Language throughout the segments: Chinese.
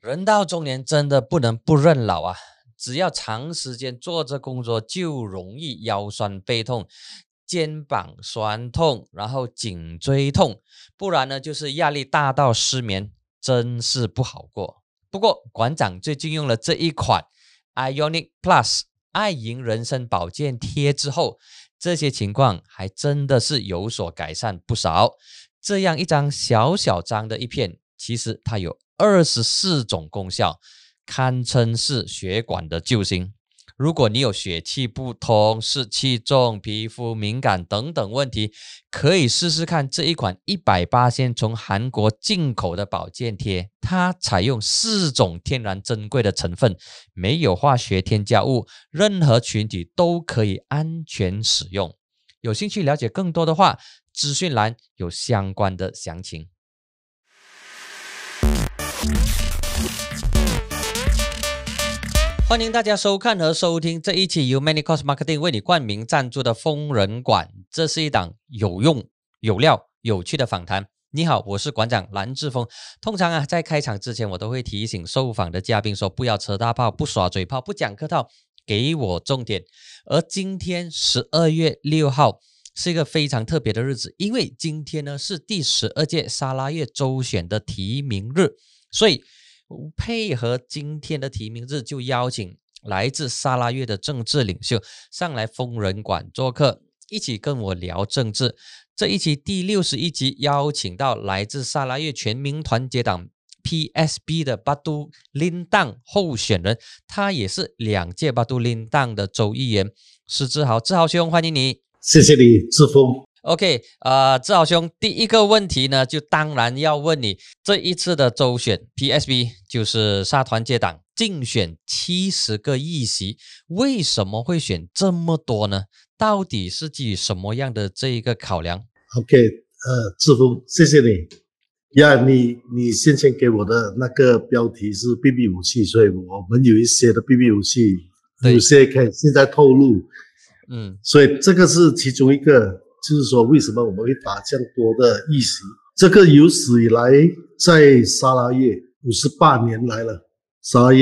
人到中年真的不能不认老啊！只要长时间坐着工作，就容易腰酸背痛、肩膀酸痛，然后颈椎痛，不然呢就是压力大到失眠，真是不好过。不过馆长最近用了这一款 Ionic Plus 爱赢人参保健贴之后，这些情况还真的是有所改善不少。这样一张小小张的一片，其实它有24种功效，堪称是血管的救星。如果你有血气不通、湿气重、皮肤敏感等等问题，可以试试看这一款100%从韩国进口的保健贴。它采用4种天然珍贵的成分，没有化学添加物，任何群体都可以安全使用。有兴趣了解更多的话，资讯栏有相关的详情。欢迎大家收看和收听这一期由 Many Cost Marketing 为你冠名赞助的疯人馆。这是一档有用、有料、有趣的访谈。你好，我是馆长蓝志峰。通常在开场之前，我都会提醒受访的嘉宾说，不要扯大炮，不耍嘴炮，不讲客套，给我重点。而今天12月6号是一个非常特别的日子，因为今天呢是第12届沙拉越州选的提名日，所以配合今天的提名日，就邀请来自沙拉越的政治领袖上来疯人馆做客，一起跟我聊政治。这一期第61集邀请到来自沙拉越全民团结党 PSB 的巴都林当候选人，他也是2届巴都林当的州议员，施志豪。志豪兄，欢迎你。 谢谢你，志峰。 OK，志豪兄，第一个问题呢，就当然要问你，这一次的州选 PSB 就是沙团结党竞选70个议席，为什么会选这么多呢？到底是基于什么样的这一个考量 ？OK，志峰，谢谢你。你先前给我的那个标题是 BB 武器，所以我们有一些的 BB 武器，有些可以现在透露。所以这个是其中一个。就是说为什么我们会打这样多的议席，这个有史以来在沙拉越58年来了，沙拉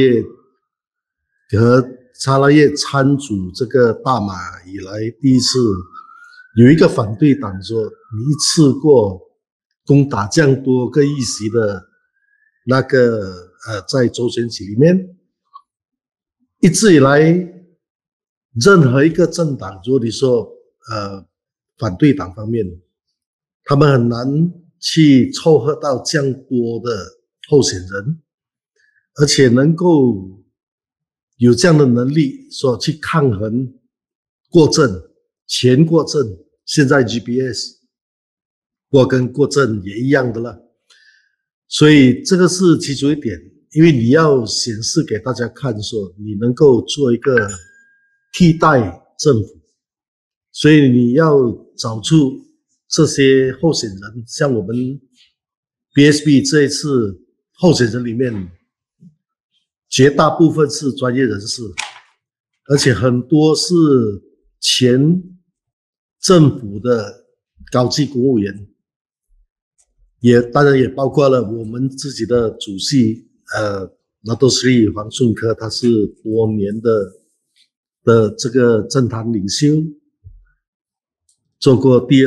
越参主这个大马以来第一次有一个反对党说你一次过攻打这样多个议席的那个在州选举里面，一直以来任何一个政党，如果你说反对党方面，他们很难去凑合到这样多的候选人，而且能够有这样的能力说去抗衡过正，前过正，现在 GPS 跟过正也一样的了。所以这个是其中一点，因为你要显示给大家看说你能够做一个替代政府，所以你要找出这些候选人，像我们 PSB 这一次候选人里面，绝大部分是专业人士，而且很多是前政府的高级公务员，当然也包括了我们自己的主席拿督斯里黄顺科，他是多年的这个政坛领袖。做过第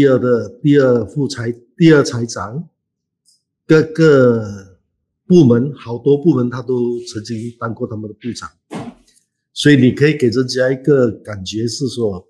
二财长，各个部门好多部门他都曾经当过他们的部长，所以你可以给人家一个感觉是说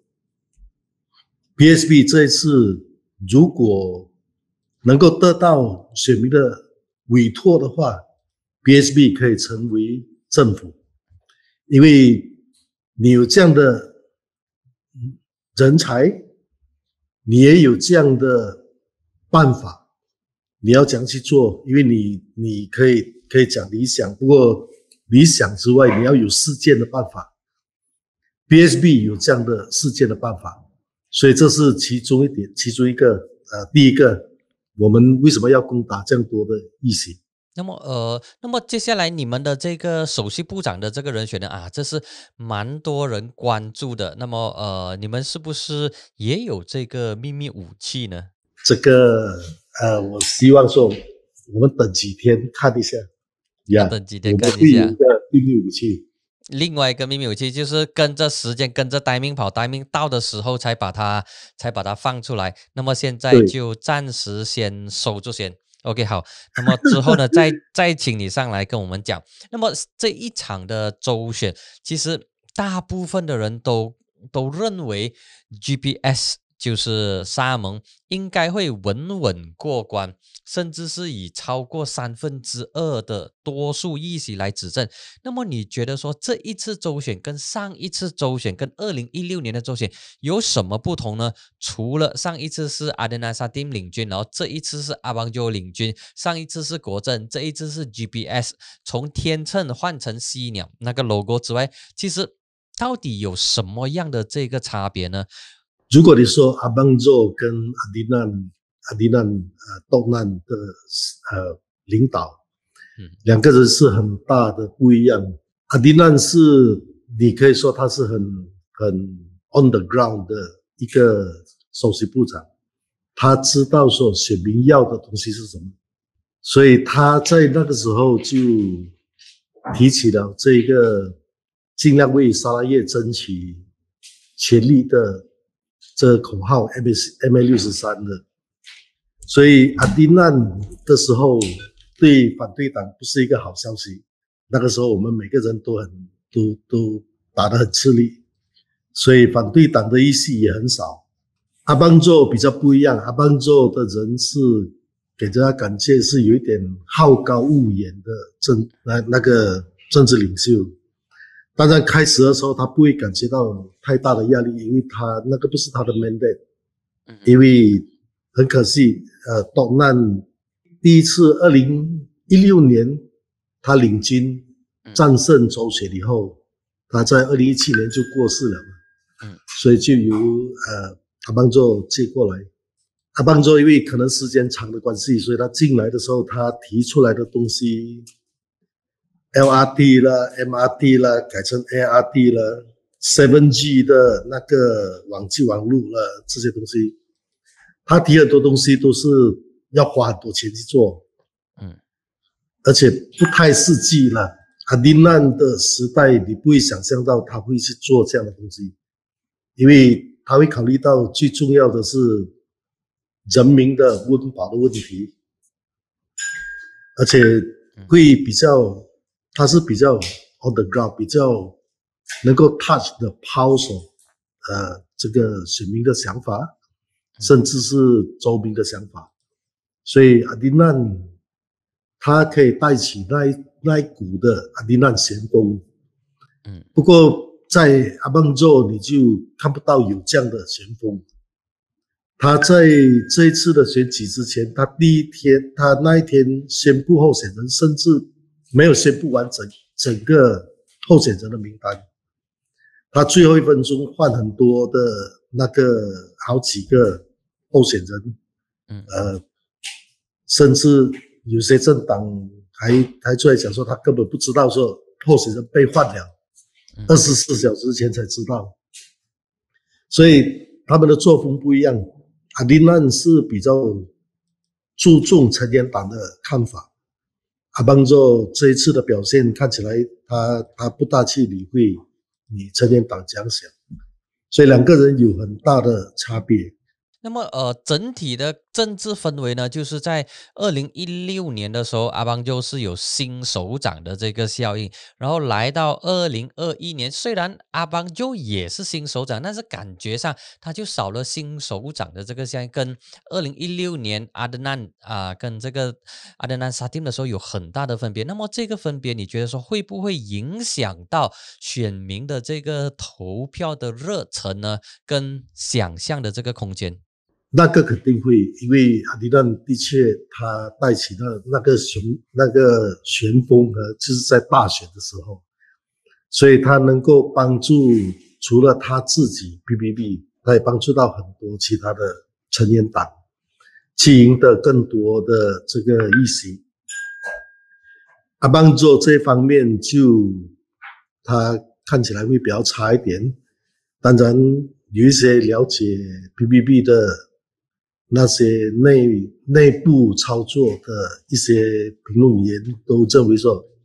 PSB 这一次如果能够得到选民的委托的话， PSB 可以成为政府，因为你有这样的人才，你也有这样的办法，你要怎样去做？因为你可以讲理想，不过理想之外，你要有实践的办法。PSB 有这样的实践的办法，所以这是其中一个第一个，我们为什么要攻打这样多的议席？ 那么接下来你们的这个首席部长的这个人选呢这是蛮多人关注的。那么你们是不是也有这个秘密武器呢？ 这个我希望说我们等几天看一下， 呀， 等几我们天看一下。 会有一个秘密武器。 另外一个秘密武器就是跟着时间跟着待命跑，待命到的时候才把它放出来。那么现在对， 就暂时先收住先。OK，好，那么之后呢，再请你上来跟我们讲。那么这一场的周选，其实大部分的人都认为 GPS 就是沙蒙应该会稳稳过关，甚至是以超过2/3的多数议席来执政。那么你觉得说这一次周选跟上一次周选跟2016年的周选有什么不同呢？除了上一次是阿德南沙丁领军，然后这一次是阿邦就领军，上一次是国政，这一次是 GPS 从天秤换成犀鸟那个 logo 之外，其实到底有什么样的这个差别呢？ 如果你说阿邦佐跟阿迪难动难的领导，两个人是很大的不一样。阿迪难是你可以说他是很 on the ground 的一个首席部长，他知道说选民要的东西是什么，所以他在那个时候就提起了这个尽量为沙拉越争取权利的这个口号 MA63 的，所以阿迪难的时候对反对党不是一个好消息。那个时候我们每个人都打得很吃力，所以反对党的议席也很少。阿邦佐比较不一样，阿邦佐的人是给人家感觉是有一点好高骛远的那个政治领袖。当然开始的时候他不会感觉到太大的压力，因为他那个不是他的 mandate。因为很可惜动难第一次2016年他领军战胜周选以后，他在2017年就过世了，所以就由阿邦佐接过来。阿邦佐因为可能时间长的关系，所以他进来的时候他提出来的东西LRT 啦 MRT 啦改成 ART 啦 7G 的那个网际网路了，这些东西他提很多东西都是要花很多钱去做，而且不太实际了。阿迪难的时代你不会想象到他会去做这样的东西，因为他会考虑到最重要的是人民的温饱的问题，而且会比较他是比较 on the ground， 比较能够 touch the pulse of 这个选民的想法，甚至是州民的想法，所以阿迪难他可以带起那一股的阿迪难旋风。不过在阿邦佐你就看不到有这样的旋风。他在这一次的选举之前，他那一天宣布候选人，甚至没有宣布完整个候选人的名单，他最后1分钟换很多的那个好几个候选人，甚至有些政党还出来讲说他根本不知道说候选人被换了，24小时前才知道，所以他们的作风不一样。阿迪难是比较注重成年党的看法，阿邦佐这一次的表现看起来他不大去理会你成年党讲想，所以两个人有很大的差别。 那么整体的政治氛围呢，就是在2016年的时候，阿邦就是有新首长的这个效应，然后来到2021年，虽然阿邦就也是新首长，但是感觉上他就少了新首长的这个效应，跟2016年阿德难跟这个阿德南沙丁的时候有很大的分别。那么这个分别，你觉得说会不会影响到选民的这个投票的热忱呢？跟想象的这个空间？ 那个肯定会，因为阿迪难的确他带起那个旋风就是在大选的时候，所以他能够帮助除了他自己 PPP， 他也帮助到很多其他的成员党去赢得更多的这个议席。阿邦佐这方面就他看起来会比较差一点，当然有一些了解 PPP 的那些内部操作的一些评论员都认为说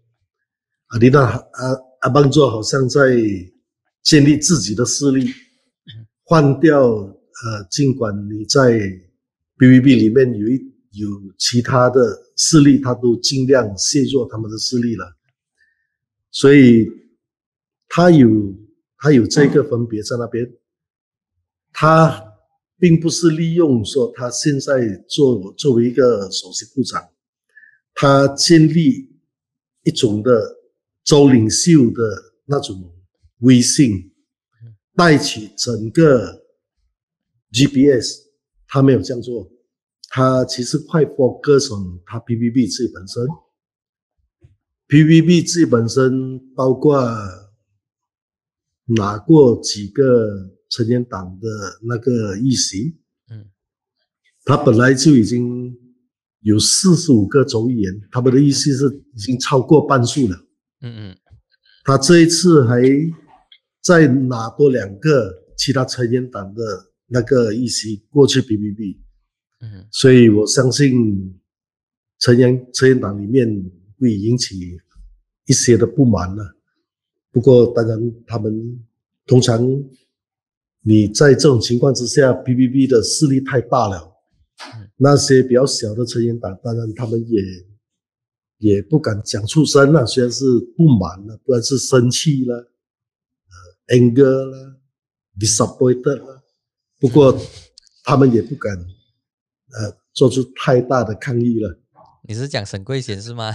阿里娜阿邦做好像在建立自己的势力，换掉尽管你在 BVB 里面有其他的势力，他都尽量削弱他们的势力了，所以他有这个分别在那边，他并不是利用说他现在作为一个首席部长，他建立一种的州领袖的那种威信，带起整个 GPS， 他没有这样做，他其实快 focus on 他 PBB 自己本身 ，PBB 自己本身包括拿过几个成员党的那个议席，他本来就已经有45个州议员，他们的议席是已经超过半数了。他这一次还再拿多2个其他成员党的那个议席过去 BBB，所以我相信成员党里面会引起一些的不满了。不过当然他们通常你在这种情况之下 BBB 的势力太大了，那些比较小的成员党当然他们也不敢讲出声了，虽然是不满了，不然是生气了anger 了 disappointed 了，不过他们也不敢做出太大的抗议了。 你是讲沈桂贤是吗？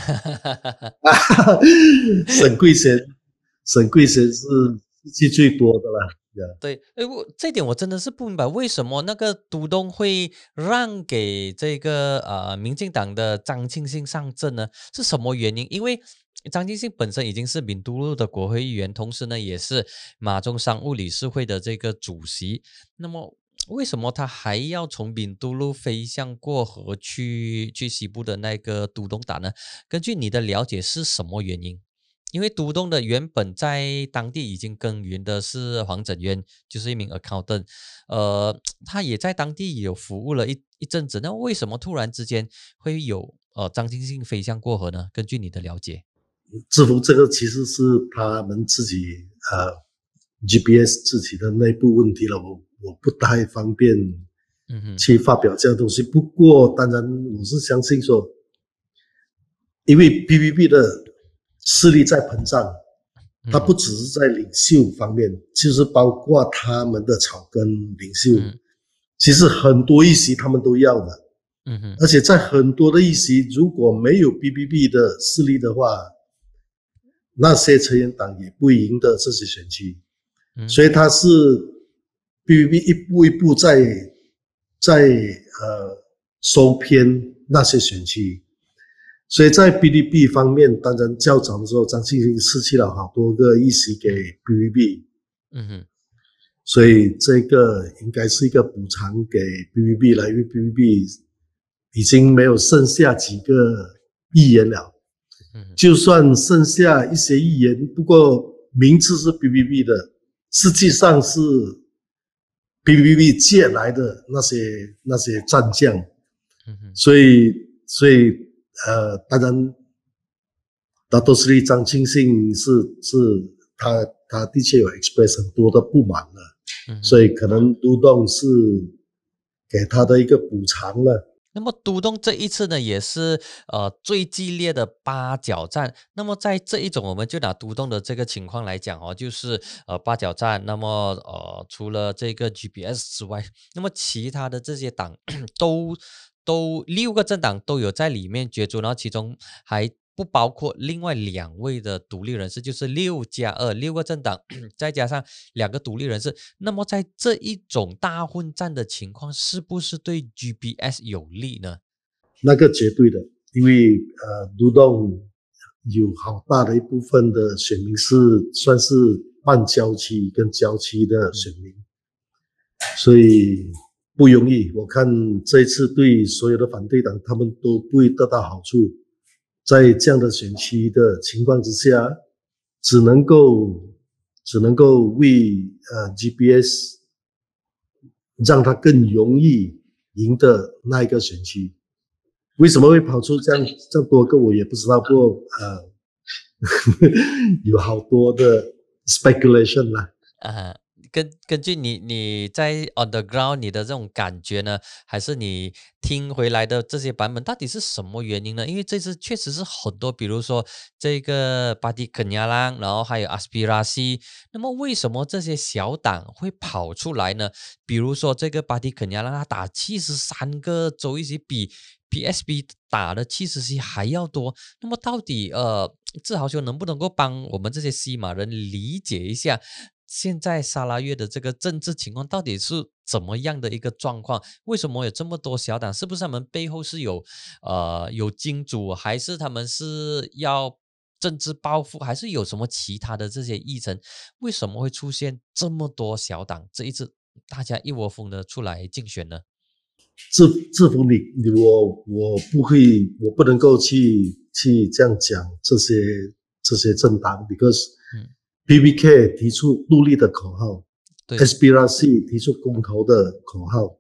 沈桂贤是记最多的了。 对，这点我真的是不明白，为什么那个都东会让给这个民进党的张庆信上阵呢？是什么原因？因为张庆信本身已经是闽都路的国会议员，同时呢也是马中商务理事会的这个主席。那么为什么他还要从闽都路飞向过河去西部的那个都东打呢？根据你的了解是什么原因？因为都东的原本在当地已经耕耘的是黄枕渊，就是一名 accountant， 他也在当地有服务了一阵子，那为什么突然之间会有张庆信飞向过河呢？根据你的了解， 制服这个其实是他们自己GPS 自己的内部问题了，我不太方便去发表这样的东西。不过当然我是相信说，因为 PVB 的势力在膨胀，它不只是在领袖方面，就是包括他们的草根领袖，其实很多议席他们都要的，而且在很多的议席如果没有 PBB 的势力的话，那些成员党也不赢得这些选区，所以他是 PBB 一步一步在收偏那些选区。所以在 PDP 方面，当然较早的时候，张庆信失去了好多个议席给 PVB，所以这个应该是一个补偿给 PVB 了，因为 PVB 已经没有剩下几个议员了，就算剩下一些议员，不过名字是 PVB 的，实际上是 PVB 借来的那些战将，所以当然，大多数张庆信是他的确有 express 很多的不满了，所以可能都东是给他的一个补偿了。 那么都东这一次呢，也是最激烈的八角战。那么在这一种，我们就拿都东的这个情况来讲就是八角战。那么除了这个 GPS 之外，那么其他的这些党都6个政党都有在里面角逐，然后其中还不包括另外2位的独立人士，就是6+2，6个政党再加上2个独立人士。那么在这一种大混战的情况，是不是对 GPS 有利呢？ 那个绝对的，因为都东有好大的一部分的选民是算是半郊区跟郊区的选民，所以不容易。我看这一次对所有的反对党，他们都不会得到好处。在这样的选区的情况之下，只能够为GPS 让他更容易赢得那一个选区。为什么会跑出这样多个我也不知道，不过有好多的 speculation 啦。 啊，根据你在 on the ground 你的这种感觉呢，还是你听回来的这些版本，到底是什么原因呢？因为这次确实是很多，比如说这个巴蒂肯亚朗，然后还有阿斯皮拉西，那么为什么这些小党会跑出来呢？比如说这个巴蒂肯亚朗，他打73个州议席，比 PSP 打的70席还要多。那么到底志豪兄能不能够帮我们这些西马人理解一下？现在沙拉越的这个政治情况到底是怎么样的一个状况？为什么有这么多小党？是不是他们背后是有金主，还是他们是要政治报复，还是有什么其他的这些议程？为什么会出现这么多小党？这一次大家一窝蜂的出来竞选呢？ 制服你我不会，我不能够去这样讲这些政党 ，because PBK 提出独立的口号，SPRC 提出公投的口号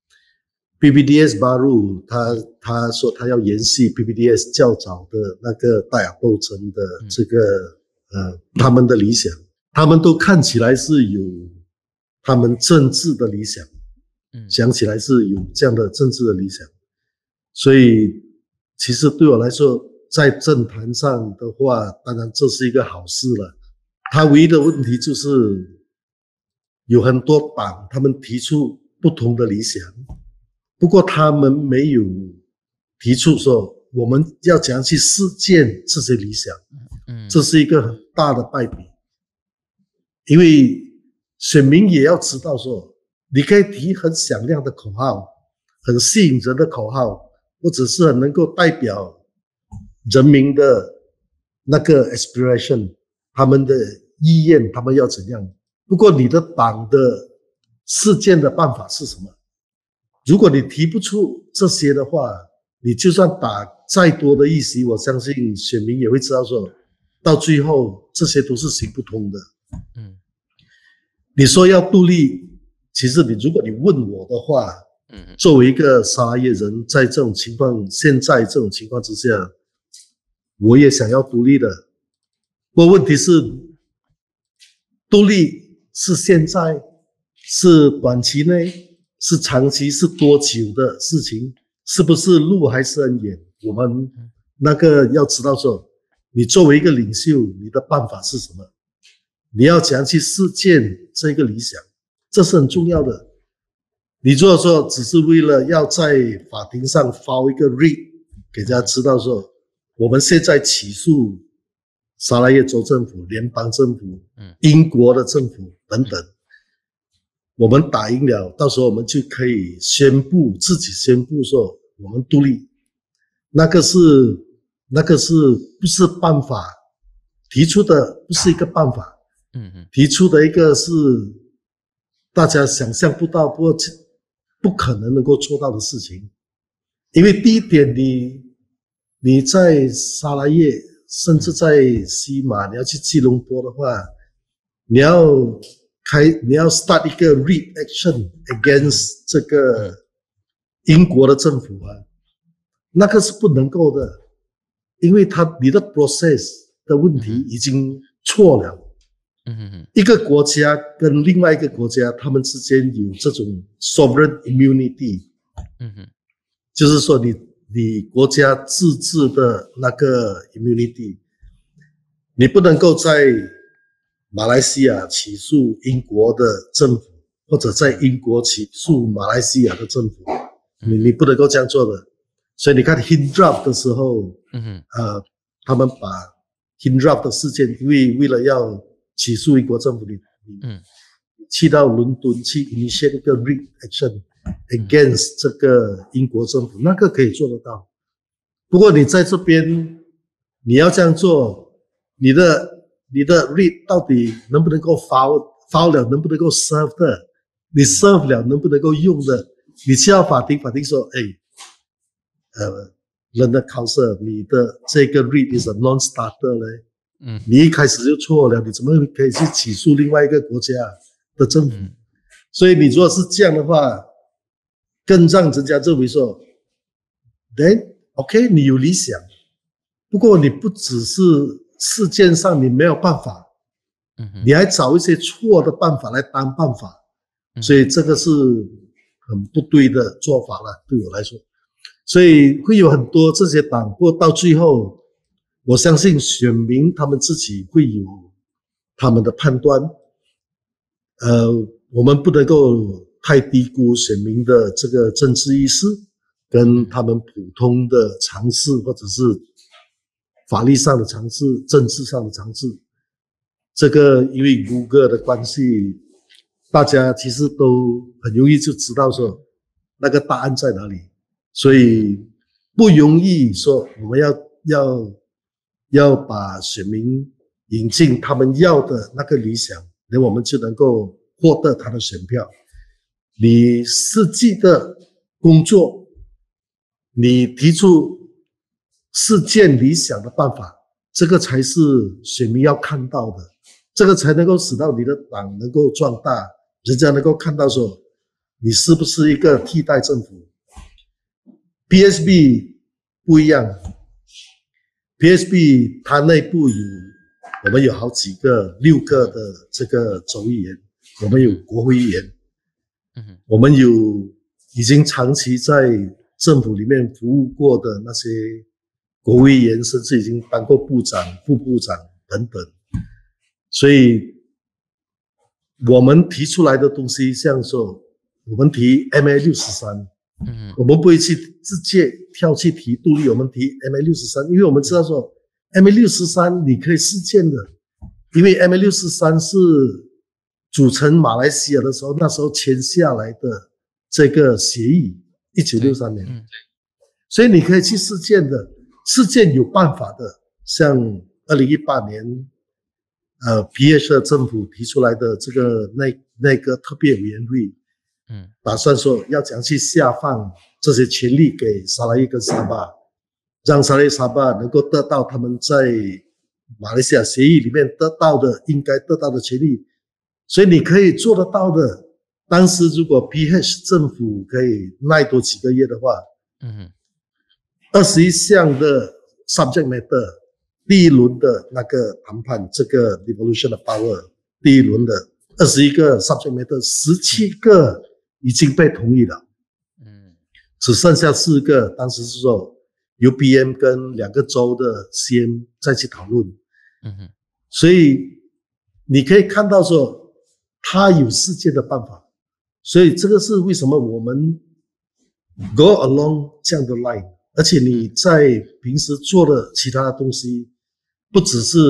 ，PPDS Baru 他说他要延续 PPDS 较早的那个大雅斗争的这个他们的理想，他们都看起来是有他们政治的理想。想起来是有这样的政治的理想，所以其实对我来说，在政坛上的话，当然这是一个好事了。他唯一的问题就是有很多党，他们提出不同的理想，不过他们没有提出说我们要怎样去实践这些理想。这是一个很大的败笔，因为选民也要知道说。你可以提很响亮的口号，很吸引人的口号，或者是很能够代表人民的那个 aspiration， 他们的意愿，他们要怎样。不过你的党的实践的办法是什么？如果你提不出这些的话，你就算打再多的议席，我相信选民也会知道说，到最后这些都是行不通的。你说要独立。其实如果你问我的话，作为一个沙拉越人，在这种情况，现在这种情况之下，我也想要独立的。不过问题是，独立是现在，是短期内，是长期，是多久的事情？是不是路还是很远？我们那个要知道说，你作为一个领袖，你的办法是什么？你要怎样去实践这个理想？这是很重要的。你如果说只是为了要在法庭上发一个 writ 给大家知道说，我们现在起诉沙拉越州政府、联邦政府、英国的政府等等，我们打赢了，到时候我们就可以自己宣布说我们独立。那个是不是办法？提出的不是一个办法，提出的一个是。大家想象不到，不可能够做到的事情，因为第一点，你在沙拉越，甚至在西马，你要去吉隆坡的话，你要 start 一个 reaction against 这个英国的政府啊，那个是不能够的，因为你的 process 的问题已经错了。一个国家跟另外一个国家，他们之间有这种 sovereign immunity，就是说你国家自治的那个 immunity， 你不能够在马来西亚起诉英国的政府，或者在英国起诉马来西亚的政府，你不能够这样做的。所以你看 Hindrab 的时候，他们把 Hindrab 的事件，因为为了要起诉英国政府，你去到伦敦去 initiate 一个 reaction against 这个英国政府，那个可以做得到。不过你在这边你要这样做，你的 read 到底能不能够 file 了，能不能够 serve 的，你 serve 了能不能够用的，你去到法庭说，人的 counsel 你的这个 read is a non-starter 嘞。你一开始就错了，你怎么可以去起诉另外一个国家的政府？所以你如果是这样的话，更让人家认为说 ，then OK， 你有理想，不过你不只是事件上你没有办法，你还找一些错的办法来当办法，所以这个是很不对的做法了，对我来说。所以会有很多这些党，不过到最后，我相信选民他们自己会有他们的判断。我们不能够太低估选民的这个政治意识，跟他们普通的尝试，或者是法律上的尝试、政治上的尝试。这个因为Google的关系，大家其实都很容易就知道说那个答案在哪里，所以不容易说我们要把选民引进他们要的那个理想，然后我们就能够获得他的选票。你实际的工作，你提出实践理想的办法，这个才是选民要看到的，这个才能够使到你的党能够壮大，人家能够看到说你是不是一个替代政府。PSB 不一样， PSB 它内部我们有好几个6个的这个州议员，我们有国会议员，我们有已经长期在政府里面服务过的那些国会议员，甚至已经当过部长、副部长等等。所以我们提出来的东西，像说我们提 MA63，我们不会去直接跳去提独立，我们提 MA63，因为我们知道说 MA63 你可以实践的，因为 MA63 是组成马来西亚的时候，那时候签下来的这个协议，1963年，所以你可以去实践的，实践有办法的，像2018年皮耶舍政府提出来的这个那个特别委员会，打算说要怎样去下放这些权利给沙拉越跟沙巴，让沙拉越沙巴能够得到他们在马来西亚协议里面得到的应该得到的权利，所以你可以做得到的。当时如果 PH 政府可以耐多几个月的话，21项的 subject matter， 第一轮的那个谈判，这个 devolution of power， 第一轮的21个 subject matter， 17个已经被同意了，只剩下4个，当时是说由 PM 跟2个州的 CM 再去讨论，所以你可以看到说他有实践的办法，所以这个是为什么我们 go along 这样的 line， 而且你在平时做的其他的东西，不只是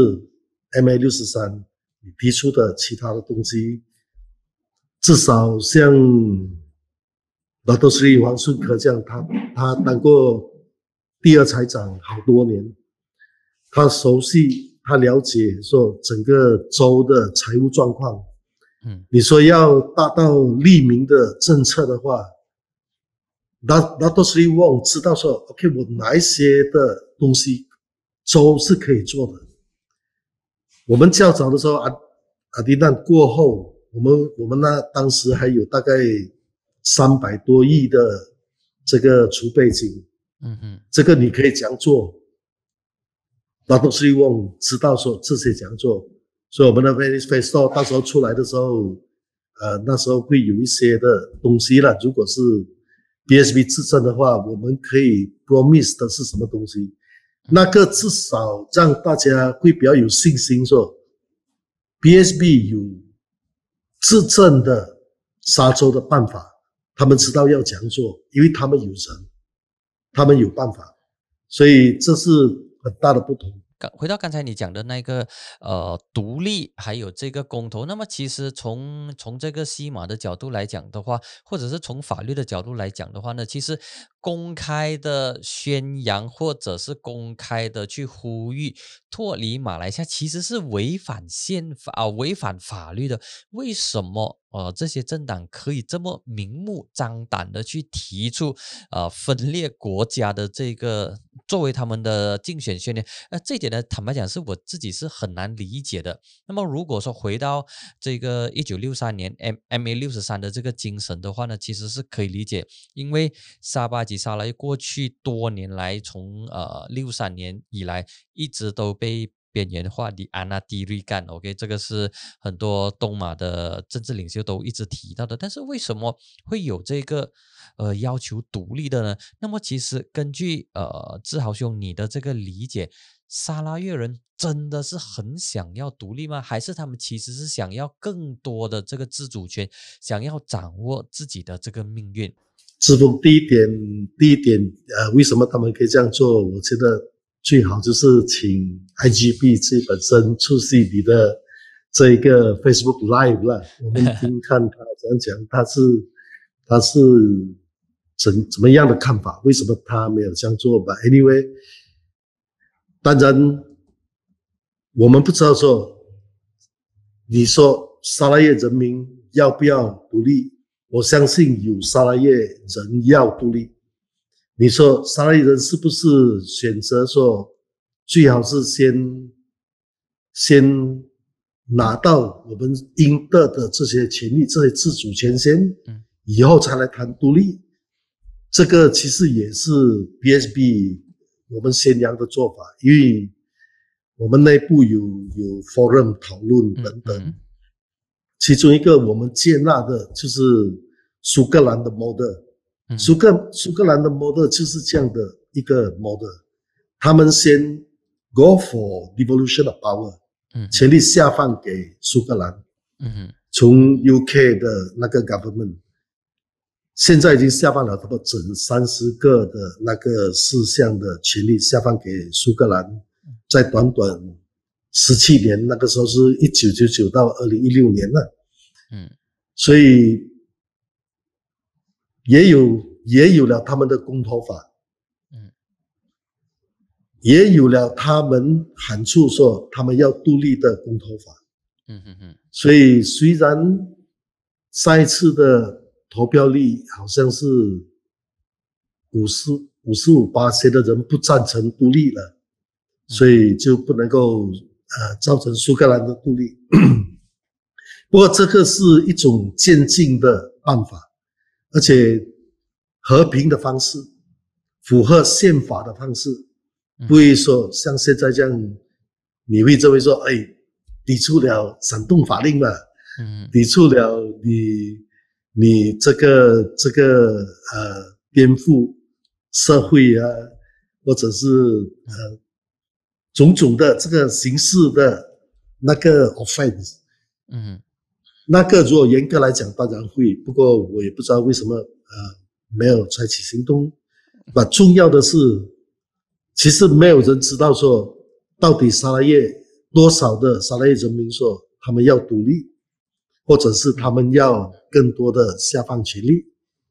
MA63 你提出的其他的东西，至少像拿督斯里王顺科这样，他当过第2财长好多年，他熟悉，他了解说整个州的财务状况。你说要达到利民的政策的话，拿督斯里王知道说 ，OK， 我哪一些的东西州是可以做的。我们较早的时候，阿迪难过后，我们当时还有大概300多亿的这个储备金，这个你可以这样做。拿督斯里王知道说这些这样做，所以我们的 manifesto 到时候出来的时候，那时候会有一些的东西了。如果是 PSB 执政的话，我们可以 promise 的是什么东西？那个至少让大家会比较有信心说 PSB 有执政的沙州的办法，他们知道要怎样做，因为他们有人，他们有办法，所以这是很大的不同。 回到刚才你讲的那个独立还有这个公投，那么其实从这个西马的角度来讲的话，或者是从法律的角度来讲的话呢，其实公开的宣扬或者是公开的去呼吁脱离马来西亚，其实是违反宪法违反法律的。为什么这些政党可以这么明目张胆的去提出分裂国家的这个作为他们的竞选宣言？这一点呢，坦白讲是我自己是很难理解的。那么如果说回到这个1963年 MA63 的这个精神的话呢，其实是可以理解，因为沙巴及沙拉越过去多年来从63年以来一直都被边缘化的安纳蒂瑞干 ，OK， 这个是很多东马的政治领袖都一直提到的。但是为什么会有这个要求独立的呢？那么其实根据志豪兄你的这个理解，沙拉越人真的是很想要独立吗？还是他们其实是想要更多的这个自主权，想要掌握自己的这个命运？ 志峰，第一点，为什么他们可以这样做？我觉得最好就是请 IGP 自己本身出席你的这一个 Facebook Live 了，我们听看他怎样讲，他是怎么样的看法？为什么他没有这样做吧 ？Anyway， 当然我们不知道说，你说沙拉越人民要不要独立？我相信有沙拉越人要独立。你说沙拉越人是不是选择说最好是先拿到我们应得的这些权利、这些自主权先，以后才来谈独立？这个其实也是 BSP 我们宣扬的做法，因为我们内部有 forum 讨论等等。其中一个我们接纳的就是苏格兰的 model， 苏格兰的 model 就是这样的一个 model， 他们先 go for devolution of power， 权力下放给苏格兰，从 UK 的那个 government， 现在已经下放了差不多整30个的那个事项的权力下放给苏格兰，在短短17年，那个时候是1999到2016年了，所以也有了他们的公投法，也有了他们喊出说他们要独立的公投法，所以虽然上一次的投票率好像是55%的人不赞成独立了，所以就不能够造成苏格兰的独立。不过这个是一种渐进的办法，而且和平的方式，符合宪法的方式，不会说像现在这样，你会这么说，抵触了闪动法令嘛，抵触了你这个颠覆社会啊，或者是种种的这个形式的那个 offense，那个如果严格来讲当然会，不过我也不知道为什么没有采取行动。把重要的是，其实没有人知道说到底沙拉越多少的沙拉越人民说他们要独立，或者是他们要更多的下放权利。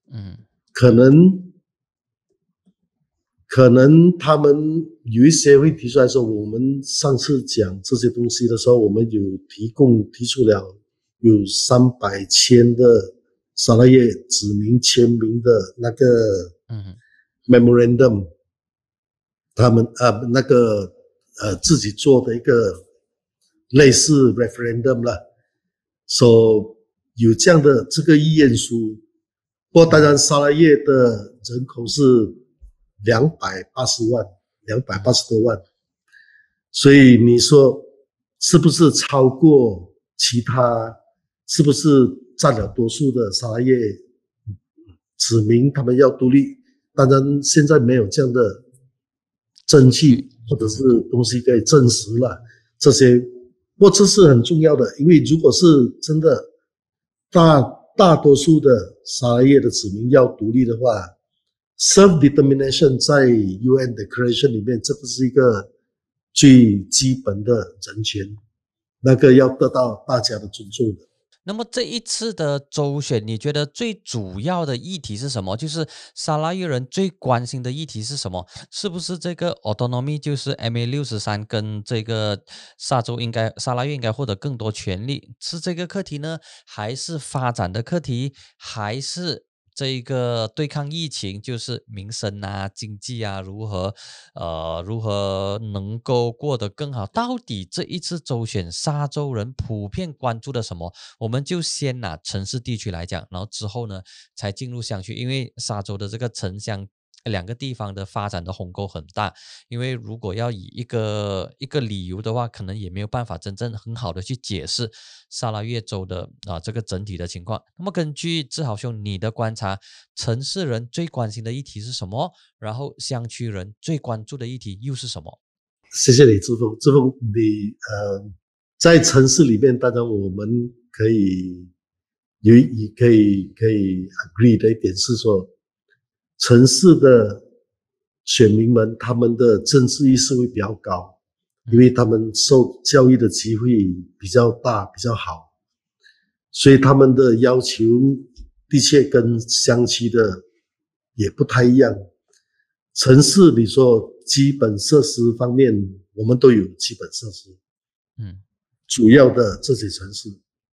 可能他们有一些会提出来说，我们上次讲这些东西的时候，我们有提出了有300千的沙拉越子民签名的那个memorandum， 他们那个自己做的一个类似 referendum 了，有这样的这个意愿书。不过当然沙拉越的人口是280多万，所以你说是不是超过其他，是不是占了多数的沙拉越子民他们要独立？当然现在没有这样的证据或者是东西可以证实了这些，不过这是很重要的，因为如果是真的大多数的沙拉越的子民要独立的话， self-determination 在 UN Declaration 里面，这个是一个最基本的人权，那个要得到大家的尊重的。 那么这一次的州选，你觉得最主要的议题是什么？就是沙拉越人最关心的议题是什么？是不是这个 autonomy， 就是 MA63 跟这个沙拉越应该获得更多权利，是这个课题呢？还是发展的课题？还是这个对抗疫情，就是民生啊、经济啊，如何能够过得更好？到底这一次州选，沙州人普遍关注的什么？我们就先拿城市地区来讲，然后之后呢，才进入乡区，因为沙州的这个城乡两个地方的发展的鸿沟很大，因为如果要以一个理由的话，可能也没有办法真正很好的去解释沙拉越州的这个整体的情况。那么根据志豪兄你的观察，城市人最关心的议题是什么？然后乡区人最关注的议题又是什么？ 谢谢你，志峰。你在城市里面，当然我们可以agree 的一点是说，城市的选民们他们的政治意识会比较高，因为他们受教育的机会比较大比较好，所以他们的要求的确跟乡区的也不太一样。城市你说基本设施方面我们都有基本设施，主要的这些城市，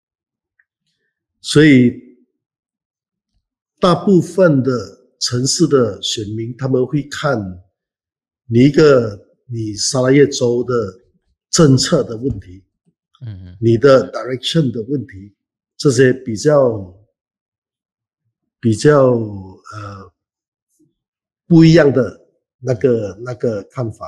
所以大部分的城市的选民他们会看你沙拉越州的政策的问题，你的 direction 的问题，这些比较不一样的那个看法。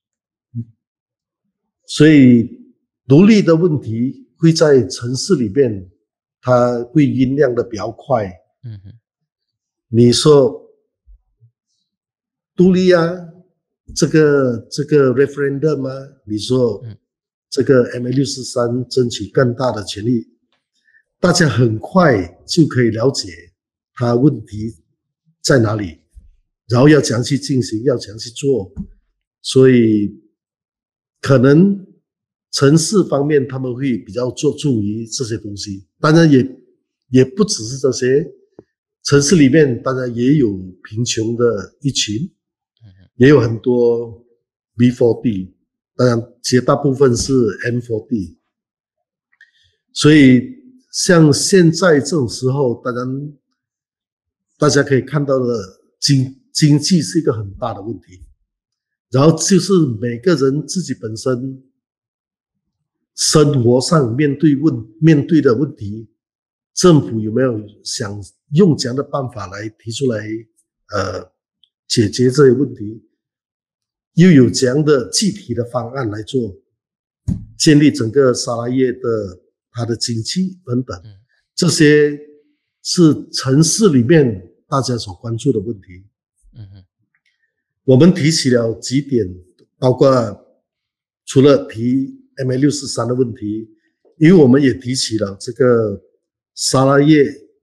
所以独立的问题会在城市里面它会酝酿的比较快。你说独立啊，这个 referendum 啊，你说这个 MA63 争取更大的权利，大家很快就可以了解它问题在哪里，然后要怎样去进行，要怎样去做。所以可能城市方面他们会比较注于这些东西，当然也不只是这些，城市里面当然也有贫穷的一群，也有很多 B4D， 当然绝大部分是 M4D。 所以像现在这种时候，当然大家可以看到的经济是一个很大的问题，然后就是每个人自己本身生活上面对的问题，政府有没有想用这样的办法来提出来解决这些问题，又有这样的具体的方案来做，建立整个沙拉越的它的经济等等，这些是城市里面大家所关注的问题。我们提起了几点，包括除了提 MA63 的问题，因为我们也提起了这个沙拉越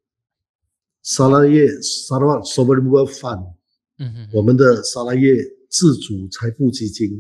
Sarawak Sovereign Wealth Fund， 我们的沙拉越自主财富基金。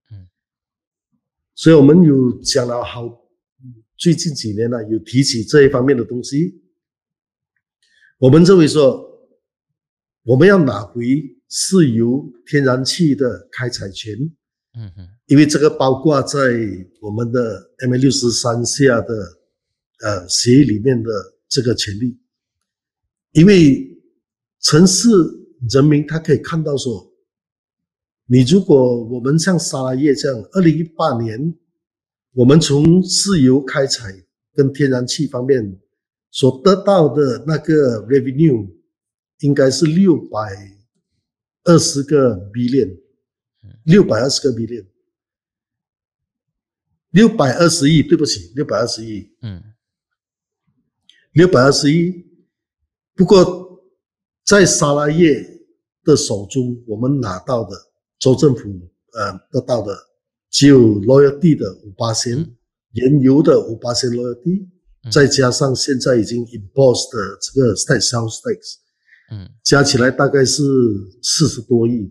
所以我们有讲了最近几年呢，有提起这一方面的东西。我们认为说，我们要拿回石油天然气的开采权，因为这个包括在我们的 MA63 下的协议里面的这个权利。因为城市人民他可以看到说，你如果我们像沙拉越这样，2018年我们从石油开采跟天然气方面所得到的那个 revenue 应该是620个 billion， 620亿，对不起，620亿，620亿。不过在沙拉越的手中，我们拿到的州政府得到的只有 royalty 的 5%， 原油的 5% royalty， 再加上现在已经 impose 的这个 state sales tax， 加起来大概是40多亿。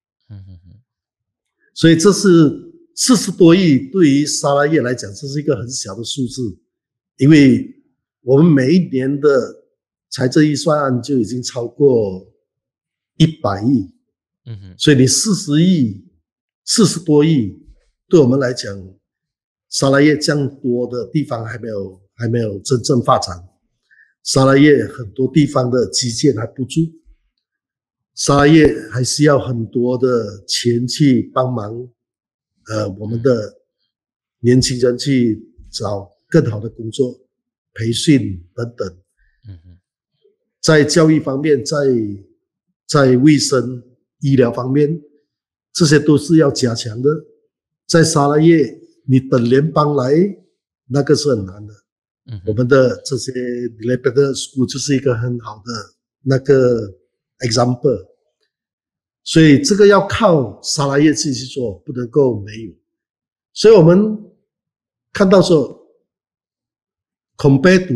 所以这是40多亿，对于沙拉越来讲，这是一个很小的数字，因为我们每一年的财政预算案就已经超过100亿，所以你40多亿，对我们来讲，沙拉越这样多的地方还没有真正发展，沙拉越很多地方的基建还不足，沙拉越还需要很多的钱去帮忙，我们的年轻人去找更好的工作、培训等等。在教育方面，在卫生医疗方面，这些都是要加强的。在沙拉越，你等联邦来，那个是很难的。我们的这些 Lebanon School 就是一个很好的那个 example。所以这个要靠沙拉越自己去做，不能够没有。所以我们看到说 ，compared to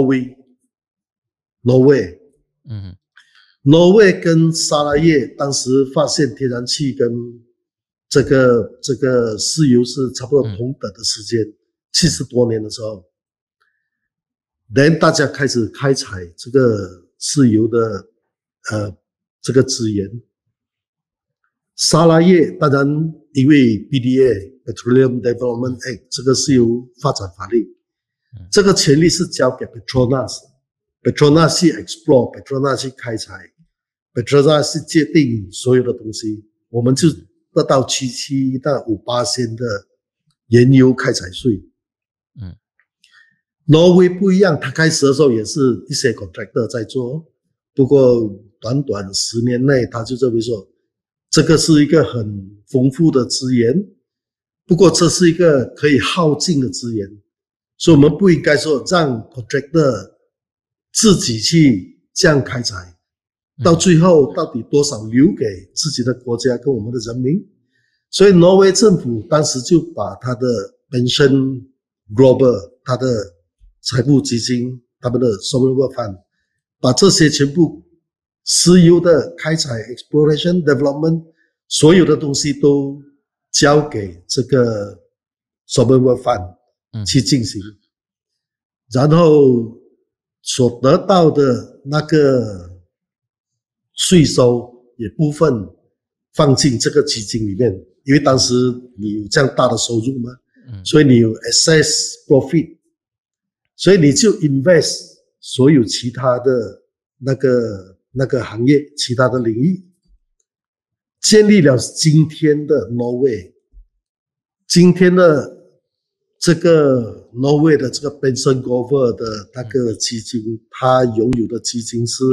Norway 跟沙拉越当时发现天然气跟这个石油是差不多同等的时间，70多年的时候，大家开始开采这个石油的这个资源。沙拉越当然因为 PDA Petroleum Development Act 这个石油发展法律，这个权利是交给 Petronas 去 explore， 去开采，Petronas 去界定所有的东西，我们就得到77到58%的原油开采税。挪威不一样，他开始的时候也是一些 contractor 在做，不过短10年内他就认为说，这个是一个很丰富的资源，不过这是一个可以耗尽的资源，所以我们不应该说让 contractor 自己去这样开采，到最后到底多少留给自己的国家跟我们的人民。所以挪威政府当时就把他的 pension global 他的财富基金，他们的 sovereign fund 把这些全部石油的开采 exploration development 所有的东西都交给这个 sovereign fund 去进行，然后所得到的那个税收也部分放进这个基金里面，因为当时你有这样大的收入嘛，所以你有 excess profit， 所以你就 invest 所有其他的那个行业，其他的领域，建立了今天的挪威。今天的这个挪威的这个 Pension Global 的那个基金，它拥有的基金是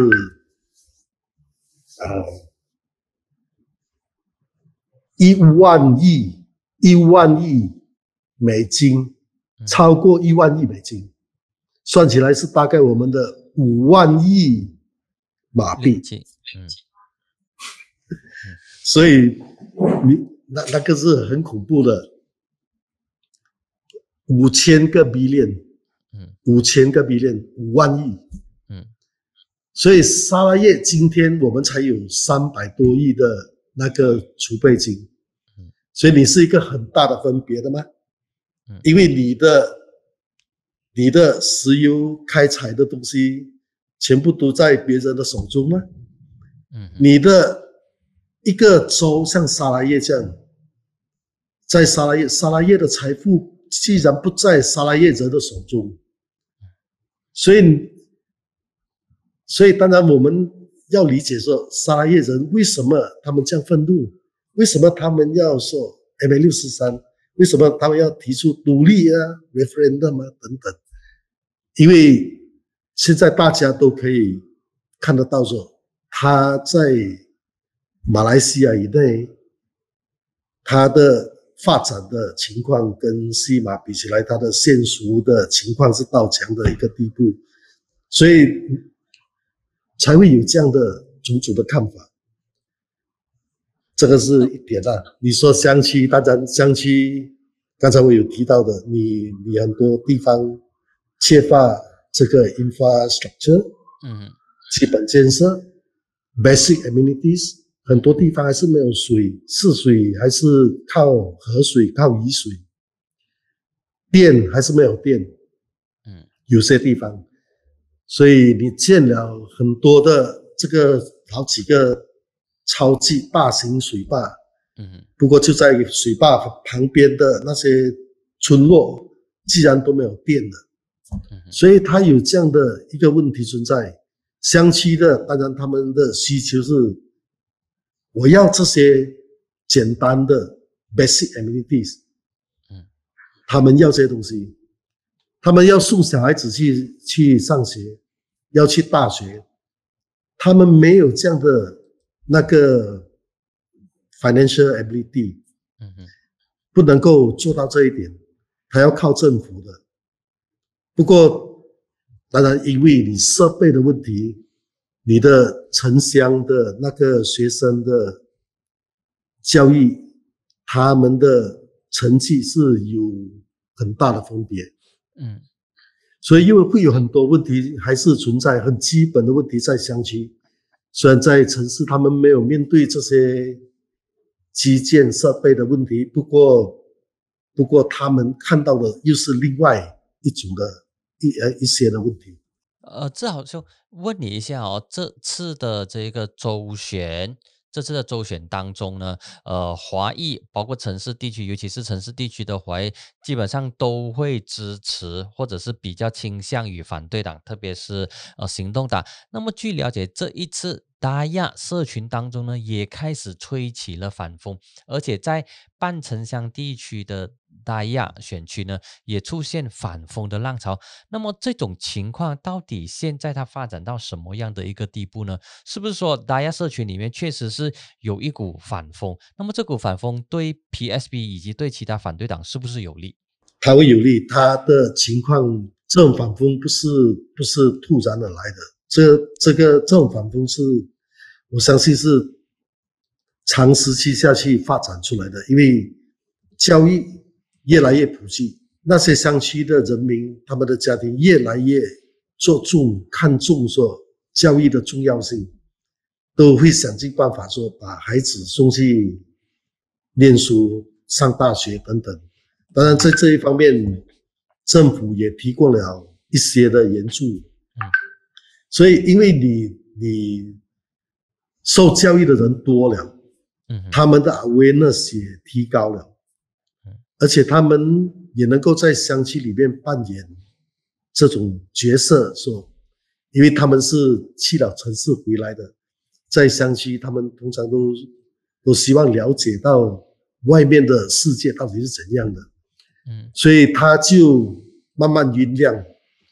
1万亿美金，超过1万亿美金，算起来是大概我们的5万亿马币。所以那个是很恐怖的，5000个 billion，5000个 billion，5万亿。所以沙拉越今天我们才有300多亿的那个储备金，所以你是一个很大的分别的吗？因为你的石油开采的东西全部都在别人的手中吗？你的一个州像沙拉越这样，在沙拉越的财富既然不在沙拉越人的手中，所以当然我们要理解说沙拉越人为什么他们这样愤怒，为什么他们要说 MA63， 为什么他们要提出独立啊 referendum 啊等等，因为现在大家都可以看得到说他在马来西亚以内他的发展的情况跟西马比起来，他的现俗的情况是到强的一个地步，所以才会有这样的种种的看法。这个是一点啊。你说乡区，当然乡区刚才我有提到的，你很多地方缺乏这个 infrastructure， 基本建设 basic amenities， 很多地方还是没有水，市水还是靠河水靠雨水，电还是没有电，有些地方，所以你建了很多的这个好几个超级大型水坝，不过就在水坝旁边的那些村落既然都没有电了，所以它有这样的一个问题存在。乡区的当然他们的需求是我要这些简单的 basic amenities， 他们要这些东西，他们要送小孩子去上学，要去大学，他们没有这样的那个 financial ability， 嗯哼， 不能够做到这一点，他要靠政府的。不过，当然因为你设备的问题，你的城乡的那个学生的教育，他们的成绩是有很大的分别。 嗯所以因为会有很多问题还是存在很基本的问题在乡区，虽然在城市他们没有面对这些基建设备的问题，不过他们看到的又是另外一种的一些的问题。 正好就问你一下哦，这次的州选当中呢，华裔包括城市地区，尤其是城市地区的华裔，基本上都会支持或者是比较倾向于反对党，特别是行动党。那么据了解，这一次达亚社群当中呢，也开始吹起了反风，而且在半城乡地区的达亚选区呢，也出现反风的浪潮。那么这种情况到底现在它发展到什么样的一个地步呢？是不是说达亚社群里面确实是有一股反风？那么这股反风对 PSB 以及对其他反对党是不是有利？ 它会有利，它的情况这种反风不是突然而来的，这种反风是我相信是长时期下去发展出来的，因为教育越来越普及，那些乡区的人民，他们的家庭越来越看重说教育的重要性，都会想尽办法说把孩子送去念书、上大学等等。当然，在这一方面，政府也提供了一些的援助。所以，因为你受教育的人多了，他们的 awareness 也提高了，而且他们也能够在乡区里面扮演这种角色，说，因为他们是去了城市回来的，在乡区他们通常都希望了解到外面的世界到底是怎样的，所以他就慢慢酝酿。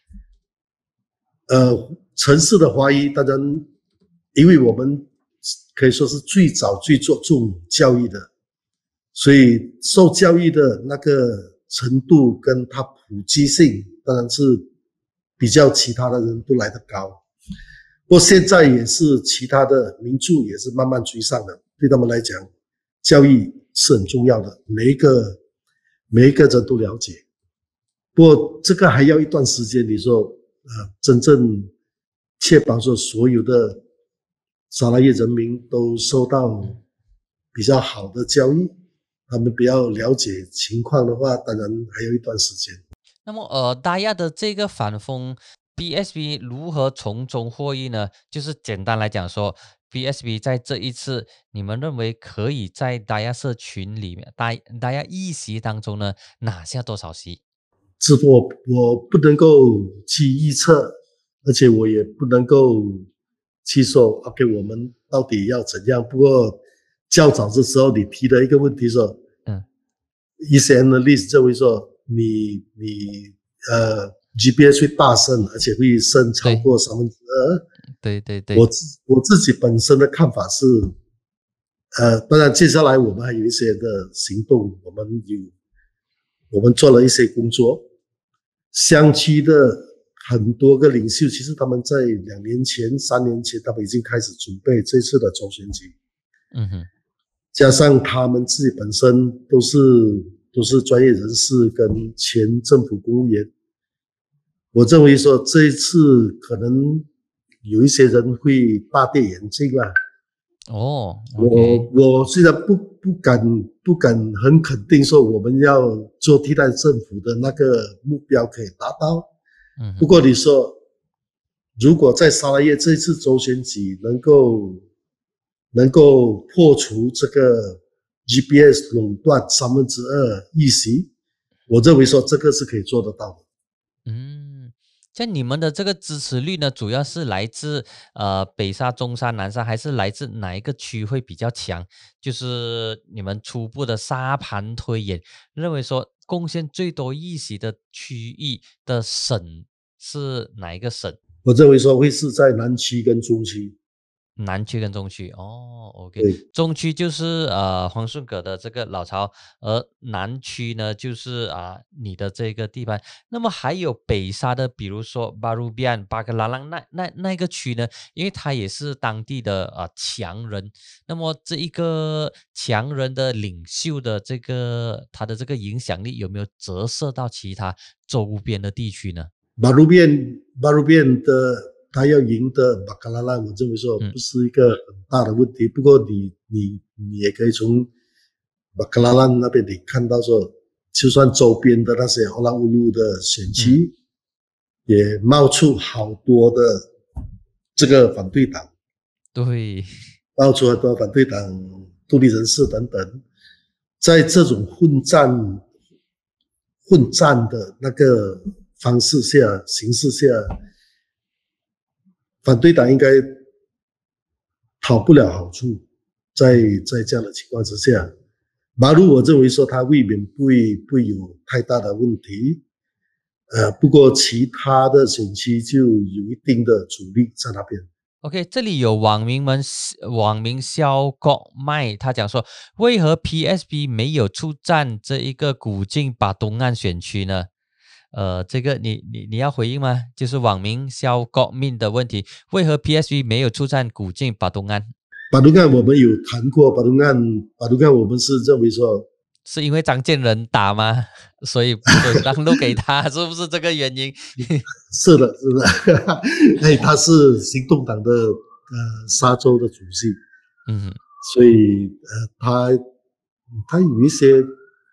城市的华裔，当然，因为我们可以说是最早最着重教育的，所以受教育的那个程度跟它普及性，当然是比较其他的人都来得高。不过现在也是其他的民众也是慢慢追上的，对他们来讲，教育是很重要的，每一个人都了解。不过这个还要一段时间，你说真正确保说所有的沙拉越人民都受到比较好的教育，他们比较了解情况的话，当然还有一段时间。 那么大亚的这个反风 ，BSB 如何从中获益呢？就是简单来讲说，BSB 在这一次，你们认为可以在大亚社群里面，大亚议席当中呢，拿下多少席？ 这我不能够去预测，而且我也不能够去说 OK 我们到底要怎样。不过较早的时候你提的一个问题说，一些 analyst 认为说你GBS 会大胜，而且会胜超过2/3。 对， 我自己本身的看法是，当然接下来我们还有一些的行动，我们做了一些工作。乡区的很多个领袖，其实他们在2年前、3年前，他们已经开始准备这次的州选举。加上他们自己本身都是专业人士跟前政府公务员，我认为说这一次可能有一些人会大跌眼镜啦。我虽然不敢很肯定说我们要做替代政府的那个目标可以达到，不过你说如果在沙拉越这次州选举能够破除这个 GBS 垄断2/3议席，我认为说这个是可以做得到的。 像你们的这个支持率呢，主要是来自北沙、中沙、南沙，还是来自哪一个区会比较强？就是你们初步的沙盘推演，认为说贡献最多议席的区域的省是哪一个省？ 我认为说会是在南区跟中区。 南区跟中区哦，OK， 对， 中区就是黄顺阁的这个老巢，而南区呢就是你的这个地盘。那么还有北沙的，比如说巴鲁比安、巴格拉浪那个区呢，因为它也是当地的强人。那么这一个强人的领袖的他的这个影响力有没有折射到其他周边的地区呢？ 巴鲁变的他要赢得马卡拉拉，我认为说不是一个很大的问题。不过你也可以从马卡拉拉那边你看到说，就算周边的那些欧拉乌鲁的选区，也冒出好多的这个反对党， 对， 冒出很多反对党、独立人士等等，在这种混战的那个方式下、形式下，反对党应该讨不了好处。在这样的情况之下，马路我认为说他未免不会有太大的问题。不过其他的选区就有一定的阻力在那边。 OK，这里有网民肖国麦，他讲说，为何 PSB 没有出战这一个古晋巴东岸选区呢？这个你要回应吗？就是网民肖国命的问题，为何 PSB 没有出战古晋巴东岸？ 巴东岸我们有谈过，巴东岸我们是认为说， 是因为张建仁打吗？所以让路给他，是不是这个原因？ 是的，哎，他是行动党的沙州的主席，所以他有一些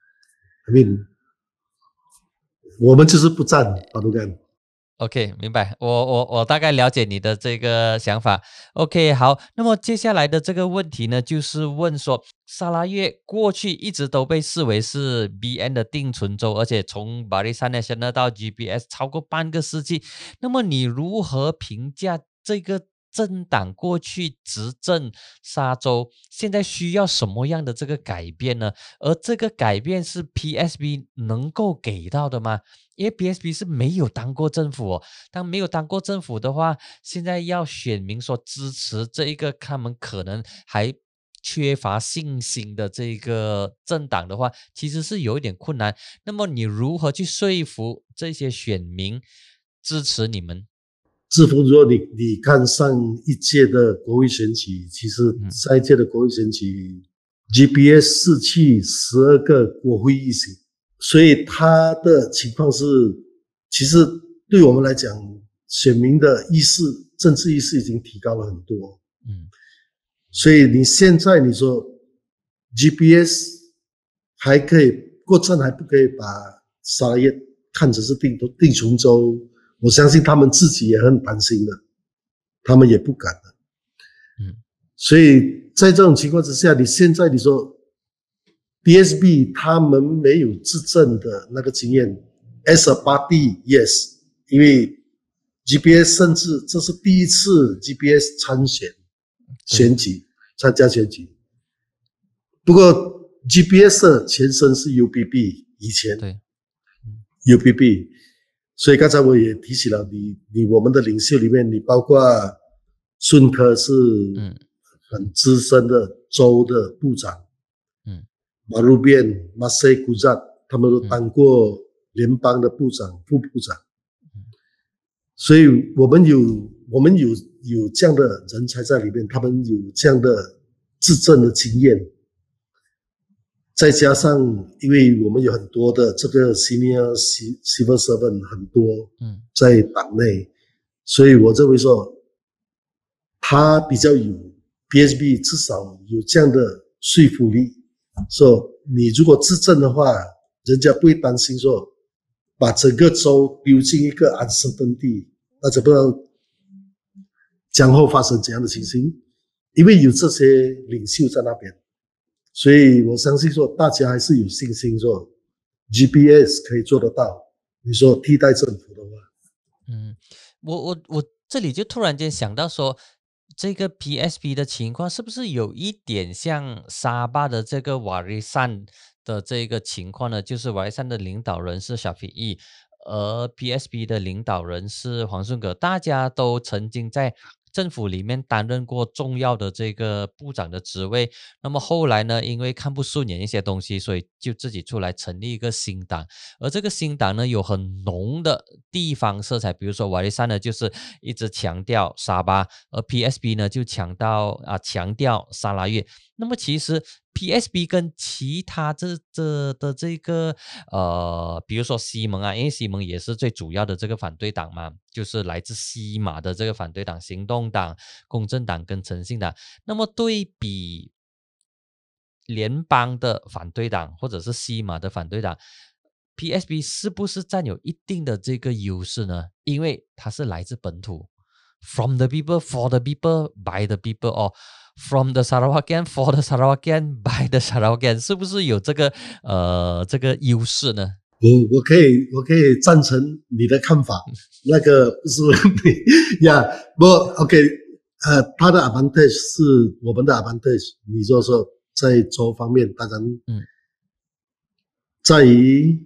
，I mean，我们就是不赞巴东岸。 OK，明白，我大概了解你的这个想法。OK，好，那么接下来的这个问题呢，就是问说，沙拉越过去一直都被视为是 BN 的定存州，而且从 Barisan Nasional 到 GPS 超过半个世纪。那么你如何评价这个政党过去执政沙州，现在需要什么样的这个改变呢？而这个改变是 PSB 能够给到的吗？因为 PSB 是没有当过政府哦，当没有当过政府的话，现在要选民说支持这一个他们可能还缺乏信心的这个政党的话，其实是有一点困难。那么你如何去说服这些选民支持你们？ 制服，如果你看上一届的国会选举，其实上一届的国会选举，GPS 失去12个国会议席，所以他的情况是，其实对我们来讲，选民的政治意识已经提高了很多。所以你现在你说 GPS 还可以过阵，还不可以把沙拉越看成是定琼州，我相信他们自己也很担心的，他们也不敢的。所以在这种情况之下，你现在你说 PSB 他们没有执政的那个经验 ，as a party yes， 因为 GPS 甚至这是第一次 GPS 参加选举。不过 GPS 的前身是 UBB， 以前对UBB， 所以刚才我也提起了我们的领袖里面，你包括孙科是很资深的州的部长，马路边马塞古扎他们都当过联邦的部长、副部长，所以我们有这样的人才在里面，他们有这样的执政的经验，再加上因为我们有很多的这个 senior civil servant 很多在党内，所以我认为说他比较有 PSB 至少有这样的说服力，说你如果执政的话，人家不会担心说把整个州丢进一个uncertainty，大家不知道将后发生怎样的情形，因为有这些领袖在那边，所以我相信说大家还是有信心说 GPS 可以做得到。你说替代政府的话， 我这里就突然间想到说，这个 PSB 的情况是不是有一点像沙巴的这个瓦利善的这个情况呢？就是瓦利善的领导人是小菲伊，而 PSB 的领导人是黄顺格，大家都曾经在政府里面担任过重要的这个部长的职位。那么后来呢，因为看不顺眼一些东西，所以就自己出来成立一个新党。而这个新党呢，有很浓的地方色彩，比如说瓦利山呢，就是一直强调沙巴，而 PSB 呢就强调沙拉越。那么其实 PSB 跟其他的这个比如说西蒙啊，因为西蒙也是最主要的这个反对党嘛，就是来自西马的这个反对党行动党、公正党跟诚信党。那么对比联邦的反对党或者是西马的反对党，PSB 是不是占有一定的这个优势呢？因为它是来自本土，from the people, for the people, by the people, or from the Sarawakian, for the Sarawakian, by the Sarawakian， 是不是有这个优势呢？ 我可以赞成你的看法，那个不是问题呀。不 OK， 他的 advantage 是我们的 advantage。你就说在州方面，当然，在于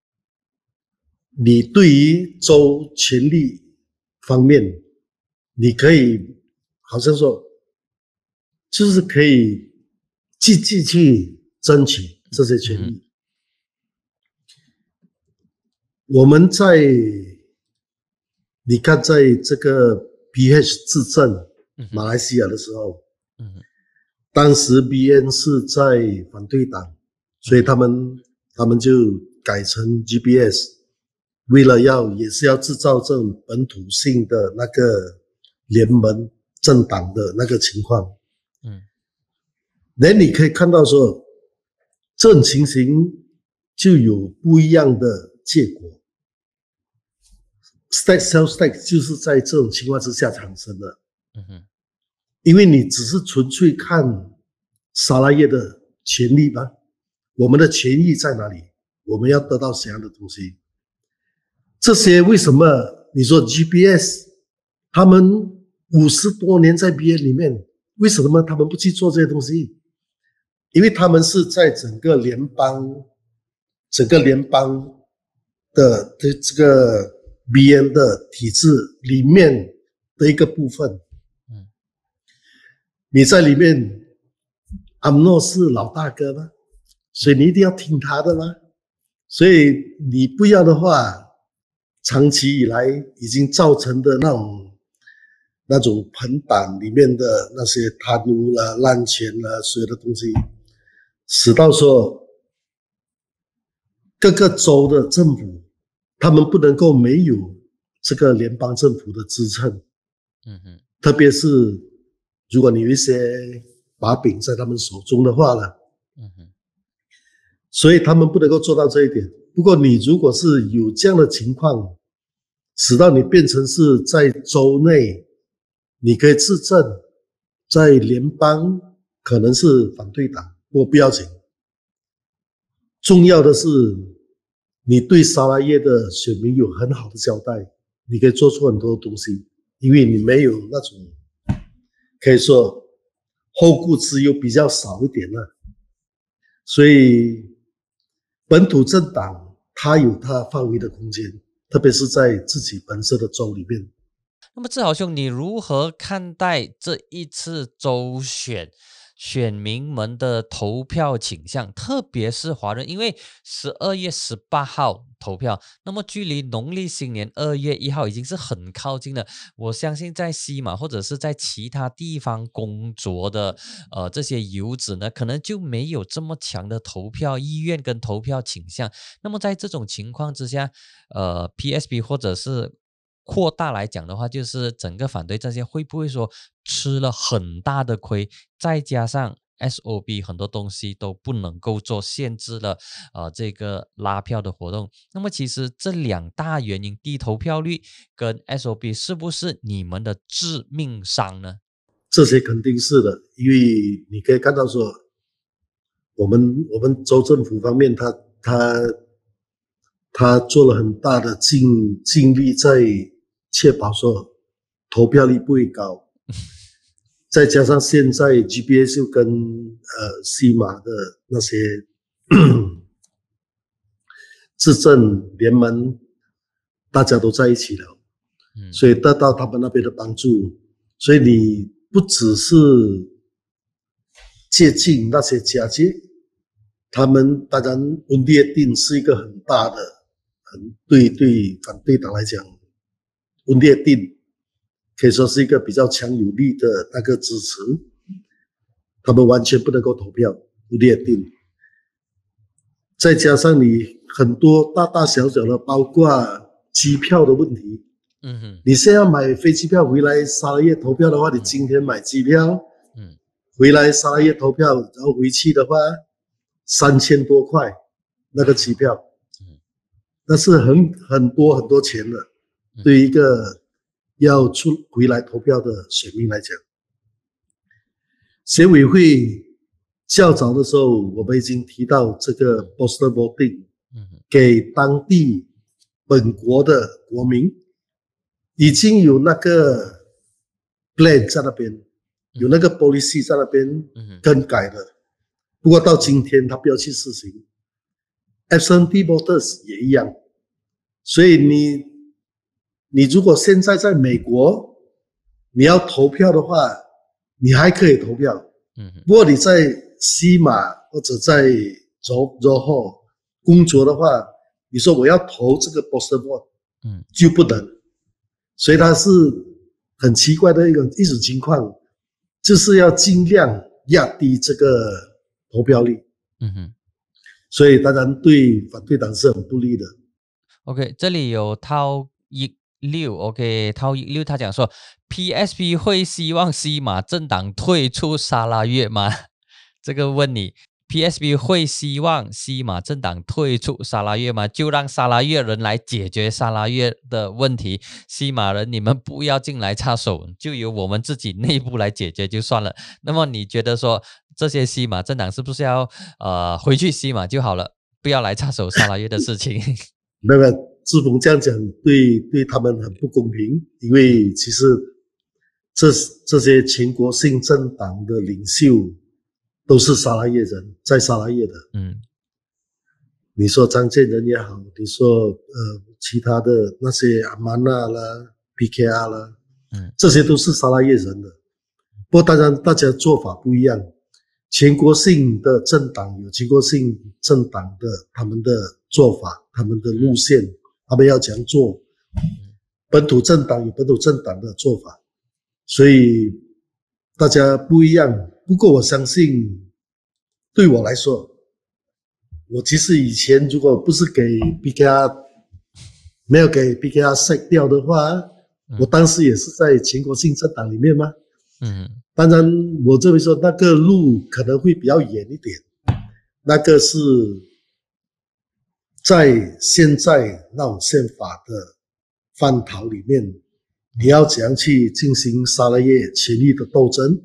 你对于州权力方面，你可以好像说，就是可以积极去争取这些权利。我们你看在这个 PH 执政马来西亚的时候，当时 BN 是在反对党，所以他们就改成 GBS， 为了也是要制造这种本土性的那个联盟政党的那个情况。那你可以看到说，这种情形就有不一样的结果。Stack sell stack 就是在这种情况之下产生的。因为你只是纯粹看沙拉越的权利吧，我们的权益在哪里？我们要得到怎样的东西？这些为什么你说 GBS 他们50多年在 BN 里面，为什么他们不去做这些东西？因为他们是在整个联邦的这个 BN 的体制里面的一个部分。你在里面，阿诺是老大哥吗？所以你一定要听他的吗？所以你不要的话，长期以来已经造成的那种朋党里面的那些贪污啦、滥权啦，所有的东西，使到说各个州的政府，他们不能够没有这个联邦政府的支撑。特别是如果你有一些把柄在他们手中的话了，所以他们不能够做到这一点。不过你如果是有这样的情况，使到你变成是在州内你可以执政，在联邦可能是反对党，不要紧。重要的是你对沙拉越的选民有很好的交代，你可以做出很多东西，因为你没有那种可以说后顾之忧比较少一点了。所以本土政党它有它范围的空间，特别是在自己本身的州里面。 那么志豪兄，你如何看待这一次州选民们的投票倾向，特别是华人？因为12月18号投票，那么距离农历新年2月1号已经是很靠近了。我相信在西马或者是在其他地方工作的这些游子呢，可能就没有这么强的投票意愿跟投票倾向。那么在这种情况之下，PSB 或者是扩大来讲的话，就是整个反对阵线会不会说吃了很大的亏，再加上 SOB 很多东西都不能够做，限制了这个拉票的活动。那么其实这两大原因，低投票率跟 SOB 是不是你们的致命伤呢？ 这些肯定是的，因为你可以看到说，我们州政府方面他做了很大的尽力在确保说投票率不会高，再加上现在 GBS 又跟西马的那些执政联盟大家都在一起了，所以得到他们那边的帮助， 所以你不只是接近那些家界，他们当然温列定是一个很大的，对反对党来讲，温列定可以说是一个比较强有力的那个支持，他们完全不能够投票，温列定。再加上你很多大大小小的，包括机票的问题。你现在买飞机票回来沙拉越投票的话，你今天买机票，回来沙拉越投票，然后回去的话，3000多块那个机票，那是很多钱的，对于一个要回来投票的选民来讲。选委会较早的时候，我们已经提到这个 postal voting，给当地本国的国民已经有那个 plan 在那边，有那个 policy 在那边更改了。不过到今天他不要去实行 ，absentee voters 也一样。所以你如果现在在美国，你要投票的话，你还可以投票。不过你在西马或者在柔后工作的话，你说我要投这个 postal vote，就不能。所以它是很奇怪的一种情况，就是要尽量压低这个投票率。所以当然对反对党是很不利的。 OK， 这里有涛一六 ，OK， 涛一六他讲说 ，PSP 会希望西马政党退出沙拉越吗？这个问你 ，PSP 会希望西马政党退出沙拉越吗？就让沙拉越人来解决沙拉越的问题，西马人你们不要进来插手，就由我们自己内部来解决就算了。那么你觉得说这些西马政党是不是要回去西马就好了，不要来插手沙拉越的事情？ 那么志峰这样讲对他们很不公平，因为其实这些全国性政党的领袖都是沙拉越人，在沙拉越的。你说张建仁也好，你说其他的那些阿曼纳啦、PKR 啦，这些都是沙拉越人的。不过当然大家做法不一样，全国性的政党有全国性政党的他们的做法，他们的路线，他们要怎样做。本土政党有本土政党的做法，所以大家不一样。不过我相信对我来说，我其实以前如果不是给 PKR 没有给 PKR set 掉的话，我当时也是在全国性政党里面嘛。当然我这边说那个路可能会比较远一点，那个是在现在那种宪法的范畴里面，你要怎样去进行沙拉越权力的斗争，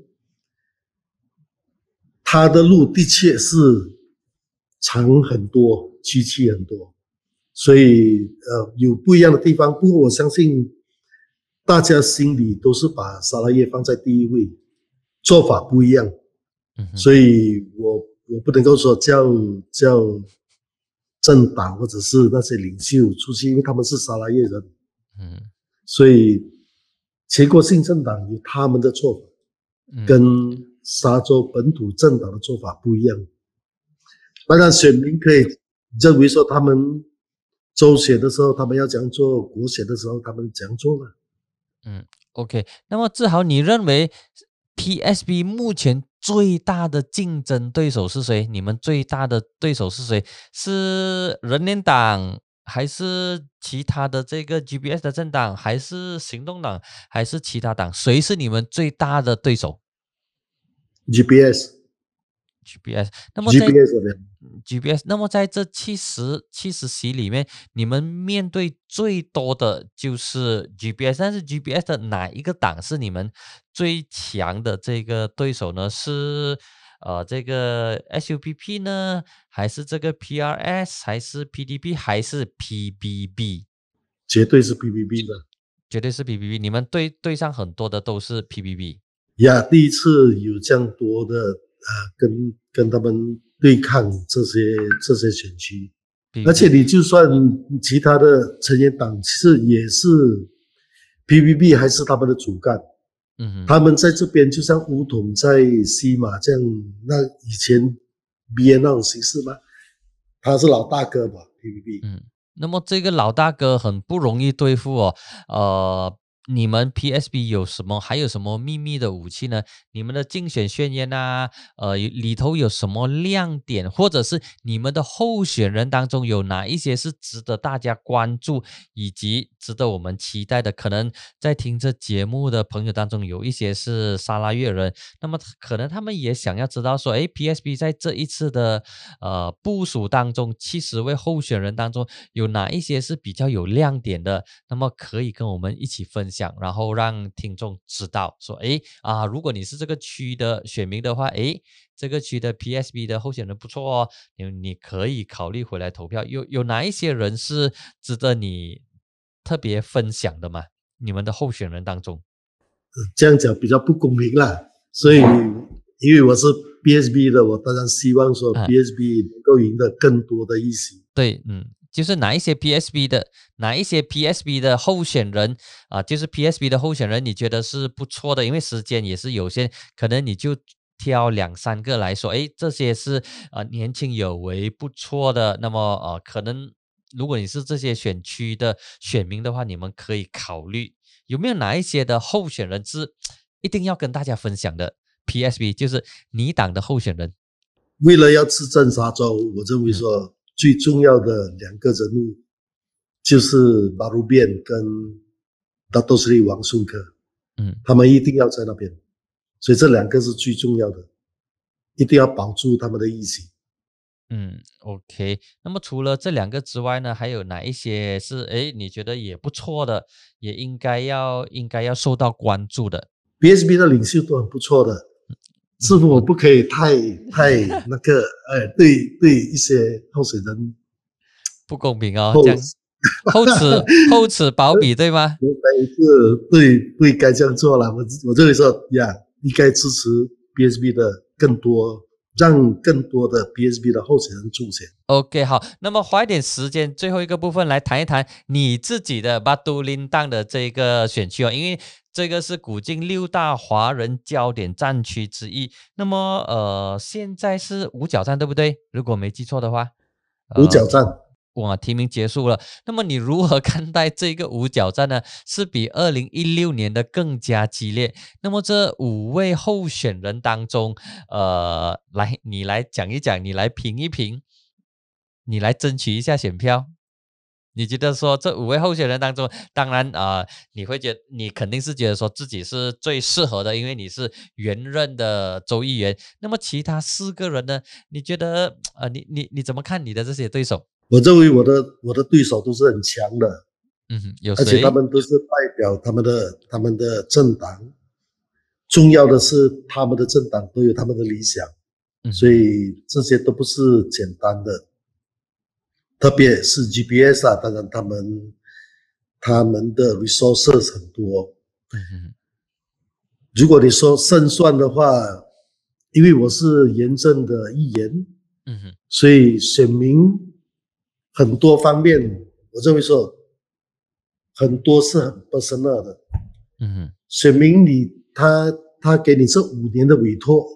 他的路的确是长很多，曲奇很多，所以有不一样的地方。不过我相信大家心里都是把沙拉越放在第一位，做法不一样。所以我不能够说叫政党或者是那些领袖出去，因为他们是沙拉越人。所以全国性政党有他们的做法，跟沙州本土政党的做法不一样。当然选民可以认为说他们州选的时候他们要怎样做，国选的时候他们怎样做了。 OK， 那么志豪，你认为 PSP 目前最大的竞争对手是谁？你们最大的对手是谁？是人联党，还是其他的这个 GBS 的政党，还是行动党，还是其他党？谁是你们最大的对手？ GBS。 那么在 GBS， 那么在这70席里面，你们面对最多的就是 GBS， 但是 GBS 的哪一个党是你们最强的这个对手呢？是这个 SUPP 呢，还是这个 PRS， 还是 PDP， 还是 PBB？ 绝对是 PBB 的， 绝对是 PBB。你们对上很多的都是 PBB。 第一次有这样多的跟他们对抗这些选区，而且你就算其他的成员党，其实也是 PBB 还是他们的主干， 他们在这边就像巫统在西马这样，那以前 BN 那种形式吗？他是老大哥吧 ，PVB。 那么这个老大哥很不容易对付哦。你们 PSB 还有什么秘密的武器呢？你们的竞选宣言啊，里头有什么亮点，或者是你们的候选人当中有哪一些是值得大家关注，以及值得我们期待的？可能在听这节目的朋友当中，有一些是沙拉越人，那么可能他们也想要知道说，PSB 在这一次的部署当中，70位候选人当中有哪一些是比较有亮点的？那么可以跟我们一起分享。然后让听众知道说，如果你是这个区的选民的话，这个区的 PSB 的候选人不错哦，你可以考虑回来投票。有哪一些人是值得你特别分享的吗？你们的候选人当中， 这样讲比较不公平啦，所以因为我是 PSB 的，我当然希望说 PSB 能够赢得更多的议席。 对，就是哪一些 PSB 的候选人就是 PSB 的候选人，你觉得是不错的？因为时间也是有限，可能你就挑2-3个来说，这些是年轻有为不错的。那么可能如果你是这些选区的选民的话，你们可以考虑有没有哪一些的候选人是一定要跟大家分享的 PSB， 就是你党的候选人。 为了要制胜沙州，我认为说最重要的2个人物就是马鲁变跟大多斯利王顺科，他们一定要在那边，所以这2个是最重要的，一定要保住他们的议席。 OK。那么除了这2个之外呢，还有哪一些是你觉得也不错的，也应该要受到关注的？ PSB 的领袖都很不错的，似乎我不可以太那个对一些候选人不公平哦，这样厚此薄彼，对吗？ 对，该这样做了。我认为说应该支持 PSB 的更多，让更多的 PSB 的候选人中选。 OK， 好，那么花一点时间，最后一个部分来谈一谈你自己的巴都林当的这个选区哦，因为这个是古晋6大华人焦点战区之一。那么现在是五角战，对不对？如果没记错的话， 五角战。 提名结束了。那么你如何看待这个五角战呢？是比2016年的更加激烈。那么这5位候选人当中，你来讲一讲，你来评一评，你来争取一下选票。你觉得说这5位候选人当中，当然你肯定是觉得说自己是最适合的，因为你是原任的州议员。那么其他4个人呢？你觉得你怎么看你的这些对手？ 我认为我的对手都是很强的， 有谁？ 而且他们都是代表他们的政党。重要的是他们的政党都有他们的理想，所以这些都不是简单的。特别是 GPS 当然他们的 resources 很多。如果你说胜算的话，因为我是严正的议员，所以选民很多方面，我认为说很多是很 personal 的。选民他给你这5年的委托，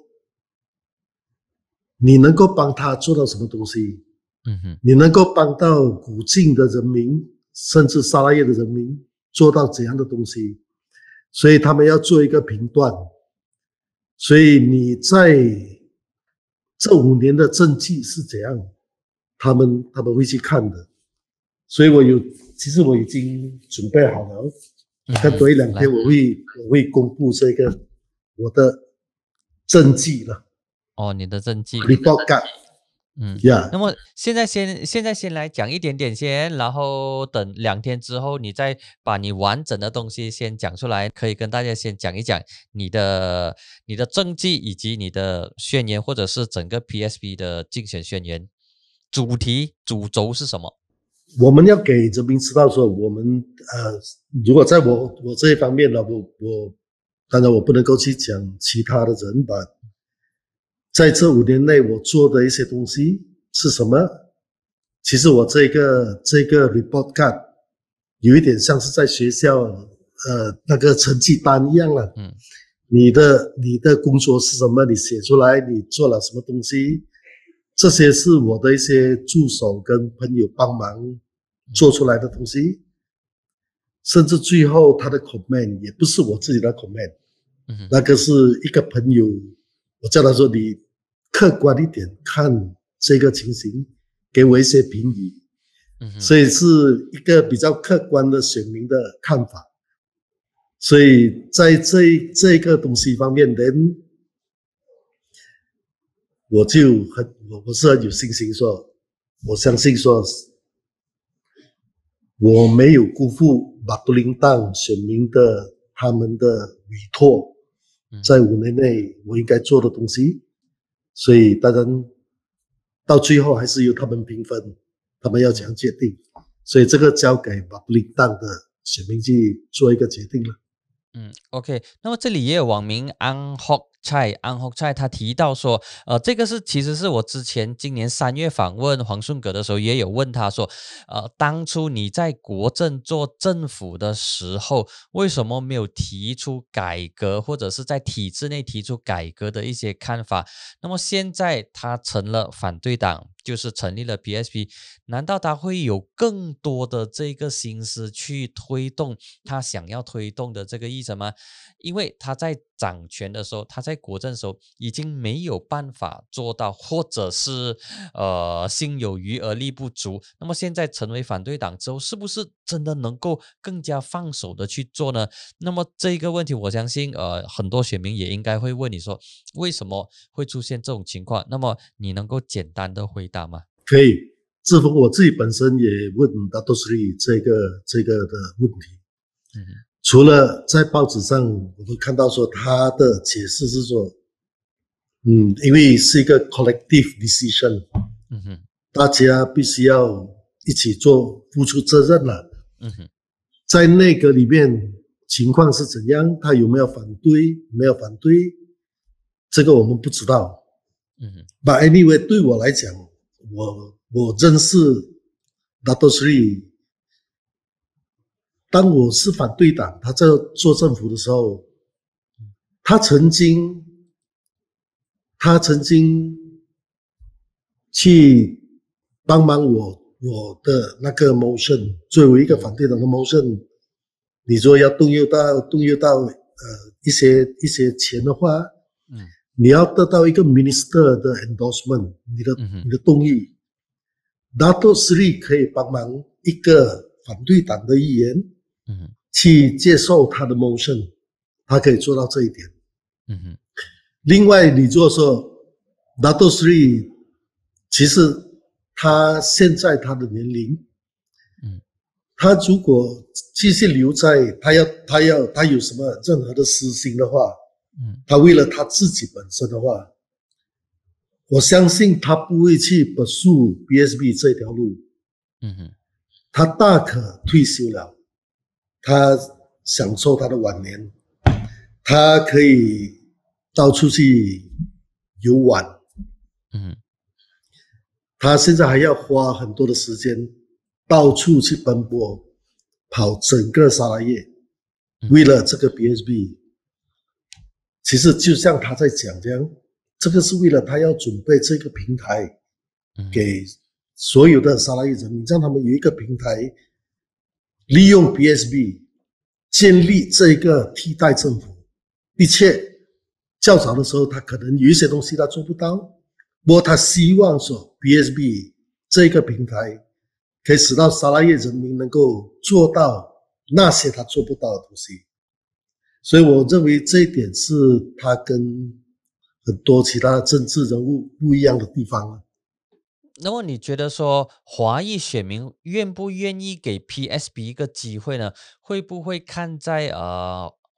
你能够帮他做到什么东西？你能够帮到古晋的人民，甚至沙拉越的人民做到怎样的东西？所以他们要做一个评断。所以你在这5年的政绩是怎样，他们会去看的。所以其实我已经准备好了，看多1-2天我会公布这个我的政绩了。 你的政绩 report card。 那么现在先来讲一点点先，然后等2天之后，你再把你完整的东西先讲出来，可以跟大家先讲一讲你的政绩以及你的宣言，或者是整个 PSB 的竞选宣言主轴是什么？ 我们要给人民知道说，我们如果在我这一方面呢，我当然我不能够去讲其他的人吧。在这5年内我做的一些东西是什么？其实我这个 report card 有一点像是在学校那个成绩单一样了。你的工作是什么？你写出来，你做了什么东西？这些是我的一些助手跟朋友帮忙做出来的东西，甚至最后他的 comment 也不是我自己的 comment，那个是一个朋友，我叫他说你客观一点看这个情形，给我一些评语，所以是一个比较客观的选民的看法。所以在这个东西方面，我是很有信心说，我相信说，我没有辜负马都林党选民的他们的委托，在5年内我应该做的东西，所以当然到最后还是由他们评分，他们要怎样决定，所以这个交给马都林党的选民去做一个决定了。 OK， 那么这里也有网民安福菜他提到说，这个其实是我之前今年3月访问黄顺格的时候也有问他说，当初你在国政做政府的时候，为什么没有提出改革，或者是在体制内提出改革的一些看法？那么现在他成了反对党，就是成立了 PSP， 难道他会有更多的这个心思去推动他想要推动的这个议程吗？因为他在掌权的时候，他在国政的时候已经没有办法做到，或者是心有余而力不足。那么现在成为反对党之后，是不是真的能够更加放手的去做呢？那么这个问题，我相信很多选民也应该会问你说，为什么会出现这种情况？那么你能够简单的回答吗？ 可以，志峰，我自己本身也问大多斯利这个的问题。除了在报纸上我们看到说他的解释是说，因为是一个 collective decision，大家必须要一起付出责任了。在内阁里面情况是怎样，他有没有反对，没有反对，这个我们不知道。But anyway， 对我来讲，我认识大多斯利。当我是反对党，他在做政府的时候，他曾经去帮忙我的那个 motion， 作为一个反对党的 motion， 你说要动用到一些钱的话，你要得到一个 minister 的 endorsement， 你的动议，大多斯利可以帮忙一个反对党的议员。去接受他的 motion， 他可以做到这一点。另外，你就说 Dato Sri， 其实他现在他的年龄，他如果继续留在，他有什么任何的私心的话，他为了他自己本身的话，我相信他不会去pursue PSP 这条路。他大可退休了。他享受他的晚年，他可以到处去游玩。他现在还要花很多的时间到处去奔波，跑整个沙拉越，为了这个 PSP。其实就像他在讲这样，这个是为了他要准备这个平台给所有的沙拉越人民，让他们有一个平台。利用 PSP 建立这个替代政府，的确较早的时候他可能有一些东西他做不到，不过他希望说 PSP 这个平台可以使到沙拉越人民能够做到那些他做不到的东西，所以我认为这一点是他跟很多其他政治人物不一样的地方。 那么你觉得说华裔选民愿不愿意给 PSP 一个机会呢？会不会看在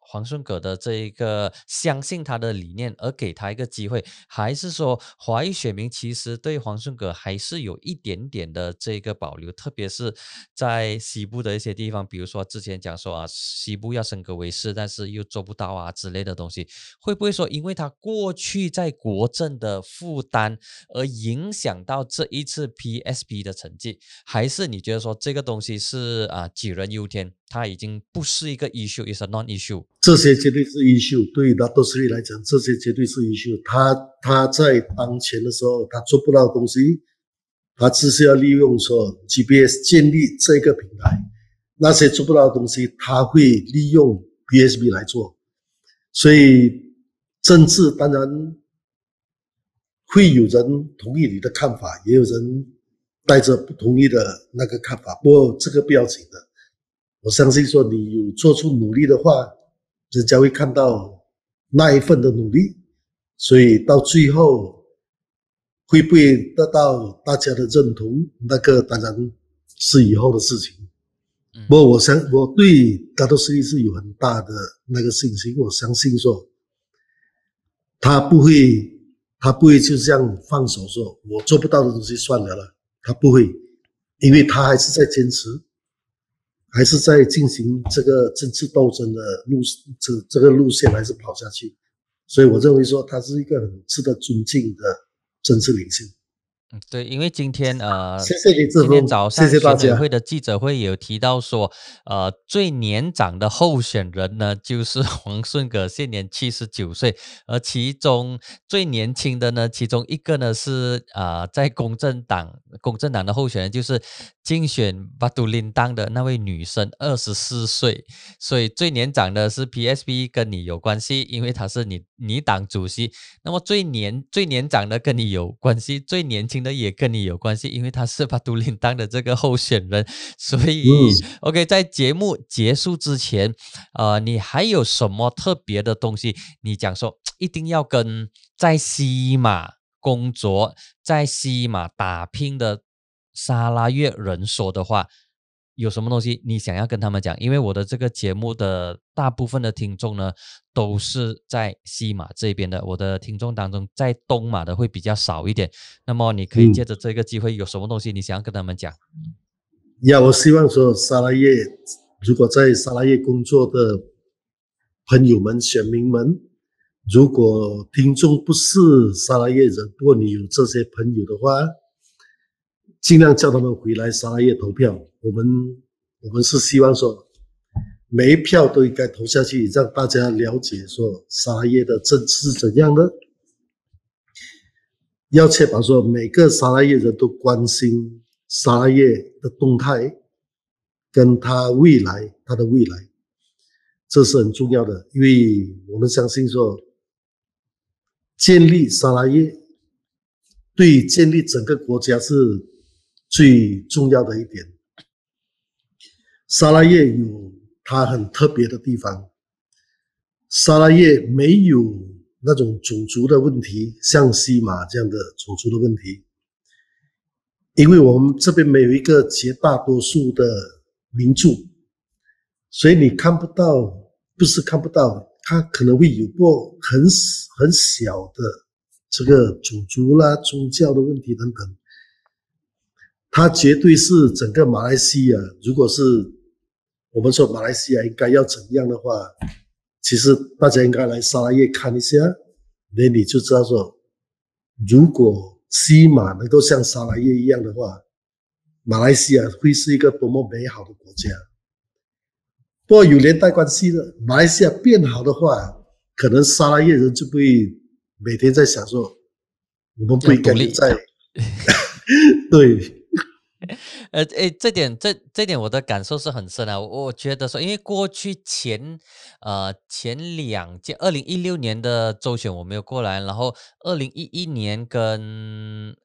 黄顺葛的这一个相信他的理念而给他一个机会，还是说华裔选民其实对黄顺葛还是有一点点的这个保留，特别是在西部的一些地方，比如说之前讲说西部要升格为市，但是又做不到之类的东西，会不会说因为他过去在国政的负担而影响到这一次 PSP 的成绩？还是你觉得说这个东西是杞人忧天，它已经不是一个 issue，is a non-issue？ 这些绝对是 issue，对于拿督斯利来讲，这些绝对是 issue。他在当前的时候，他做不到的东西，他只是要利用说 GPS 建立这个平台，那些做不到的东西，他会利用 PSP 来做。所以政治当然会有人同意你的看法，也有人带着不同意的那个看法，不过这个不要紧的。我相信说你有做出努力的话，人家会看到那一份的努力，所以到最后会不会得到大家的认同，那个当然是以后的事情。不过我对大多斯利是有很大的那个信心，我相信说他不会就这样放手说我做不到的东西算了，他不会，因为他还是在坚持，还是在进行这个政治斗争的这个路线还是跑下去，所以我认为说他是一个很值得尊敬的政治领袖。 对，因为今天谢谢你，志今天峰， 早上谢谢大家。 选委会的记者会有提到说，最年长的候选人呢就是黄顺葛，现年79岁，而其中最年轻的呢，其中一个呢是在公正党的候选人，就是竞选巴都林当的那位女生，24岁，所以最年长的是 PSP 跟你有关系，因为他是你党主席。那么最年长的跟你有关系，最年轻的也跟你有关系，因为他是巴都林当的这个候选人。所以OK， 在节目结束之前，你还有什么特别的东西？你讲说一定要跟在西马工作、在西马打拼的沙拉越人说的话，有什么东西你想要跟他们讲？因为我的这个节目的大部分的听众呢，都是在西马这边的，我的听众当中在东马的会比较少一点。那么你可以借着这个机会，有什么东西你想要跟他们讲？ 我希望说沙拉越，如果在沙拉越工作的朋友们、选民们，如果听众不是沙拉越人，不过你有这些朋友的话，尽量叫他们回来沙拉越投票。我们是希望说每一票都应该投下去，让大家了解说沙拉越的政治是怎样的，要确保说每个沙拉越人都关心沙拉越的动态跟他的未来，这是很重要的。因为我们相信说建立沙拉越对建立整个国家是最重要的一点。沙拉越有它很特别的地方，沙拉越没有那种种族的问题，像西马这样的种族的问题，因为我们这边没有一个绝大多数的民族，所以你看不到，不是看不到，它可能会有过很小的这个种族啦、宗教的问题等等。它绝对是整个马来西亚，如果是我们说马来西亚应该要怎样的话，其实大家应该来沙拉越看一下，那你就知道说，如果西马能够像沙拉越一样的话，马来西亚会是一个多么美好的国家。不过有连带关系的，马来西亚变好的话，可能沙拉越人就不会每天在想说，我们不应该在对。 这点我的感受是很深啊。我觉得说，因为过去前两届，2016年的州选我没有过来，然后2011年跟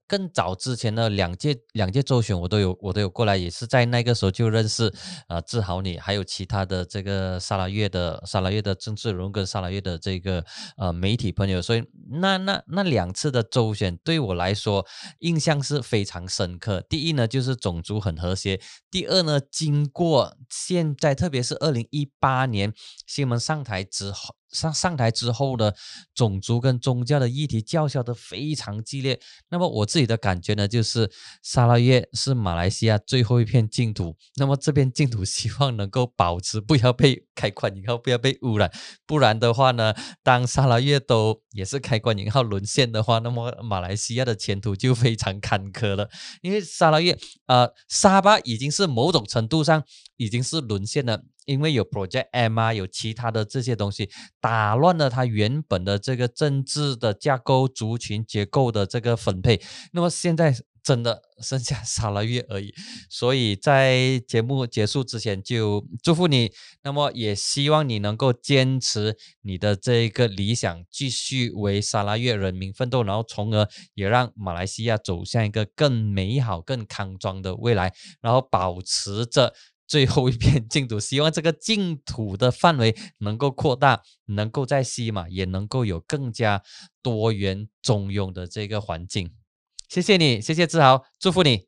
更早之前的两届周选我都有过来，也是在那个时候就认识志豪你，还有其他的这个沙拉越的政治人物跟沙拉越的这个媒体朋友，所以那两次的周选对我来说印象是非常深刻。第一呢，就是种族很和谐；第二呢，经过现在特别是2018年新闻上台之后的种族跟宗教的议题叫嚣得非常激烈。那么我自己的感觉呢，就是沙拉越是马来西亚最后一片净土，那么这片净土希望能够保持，不要被开关引号不要被污染，不然的话呢，当沙拉越都也是开关引号沦陷的话，那么马来西亚的前途就非常坎坷了。因为沙拉越沙巴已经是某种程度上已经是沦陷了，因为有 Project M 啊，有其他的这些东西打乱了它原本的这个政治的架构、族群结构的这个分配，那么现在真的剩下沙拉越而已。所以在节目结束之前就祝福你，那么也希望你能够坚持你的这个理想，继续为沙拉越人民奋斗，然后从而也让马来西亚走向一个更美好更康庄的未来，然后保持着最后一片净土，希望这个净土的范围能够扩大，能够在西马也能够有更加多元中庸的这个环境。谢谢你，谢谢志豪，祝福你。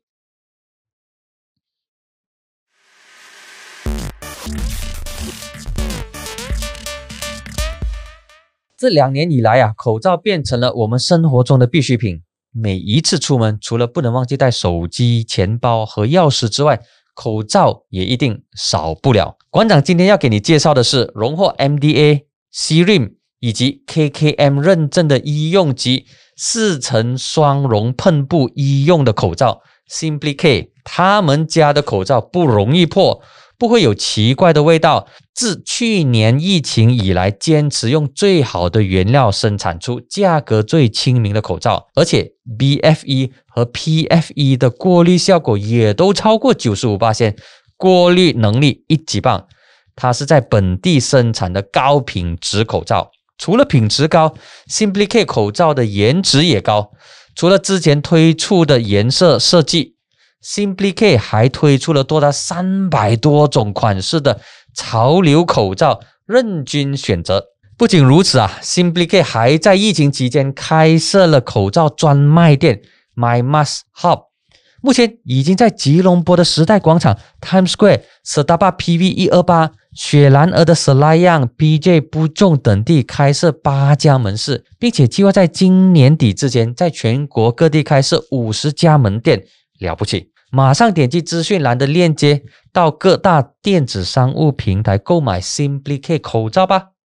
这2年以来口罩变成了我们生活中的必需品。每一次出门，除了不能忘记带手机、钱包和钥匙之外，口罩也一定少不了。馆长今天要给你介绍的是荣获 MDA、CRIM 以及 KKM 认证的医用级4层双绒喷布医用的口罩 Simply K， 他们家的口罩不容易破，不会有奇怪的味道。自去年疫情以来，坚持用最好的原料生产出价格最亲民的口罩，而且 BFE 和 PFE 的过滤效果也都超过 95%， 过滤能力1级棒。它是在本地生产的高品质口罩。除了品质高， Simply K 口罩的颜值也高。除了之前推出的颜色设计， Simply K 还推出了多达300多种款式的潮流口罩，任君选择。不仅如此Simply K 还在疫情期间开设了口罩专卖店 My Mask Hub， 目前已经在吉隆坡的时代广场、Times Square、Setapak PV128、雪兰莪的Selayang、PJ 不重等地开设8家门市，并且计划在今年底之前在全国各地开设50家门店，了不起！马上点击资讯栏的链接，到各大电子商务平台购买 Simply K 口罩吧。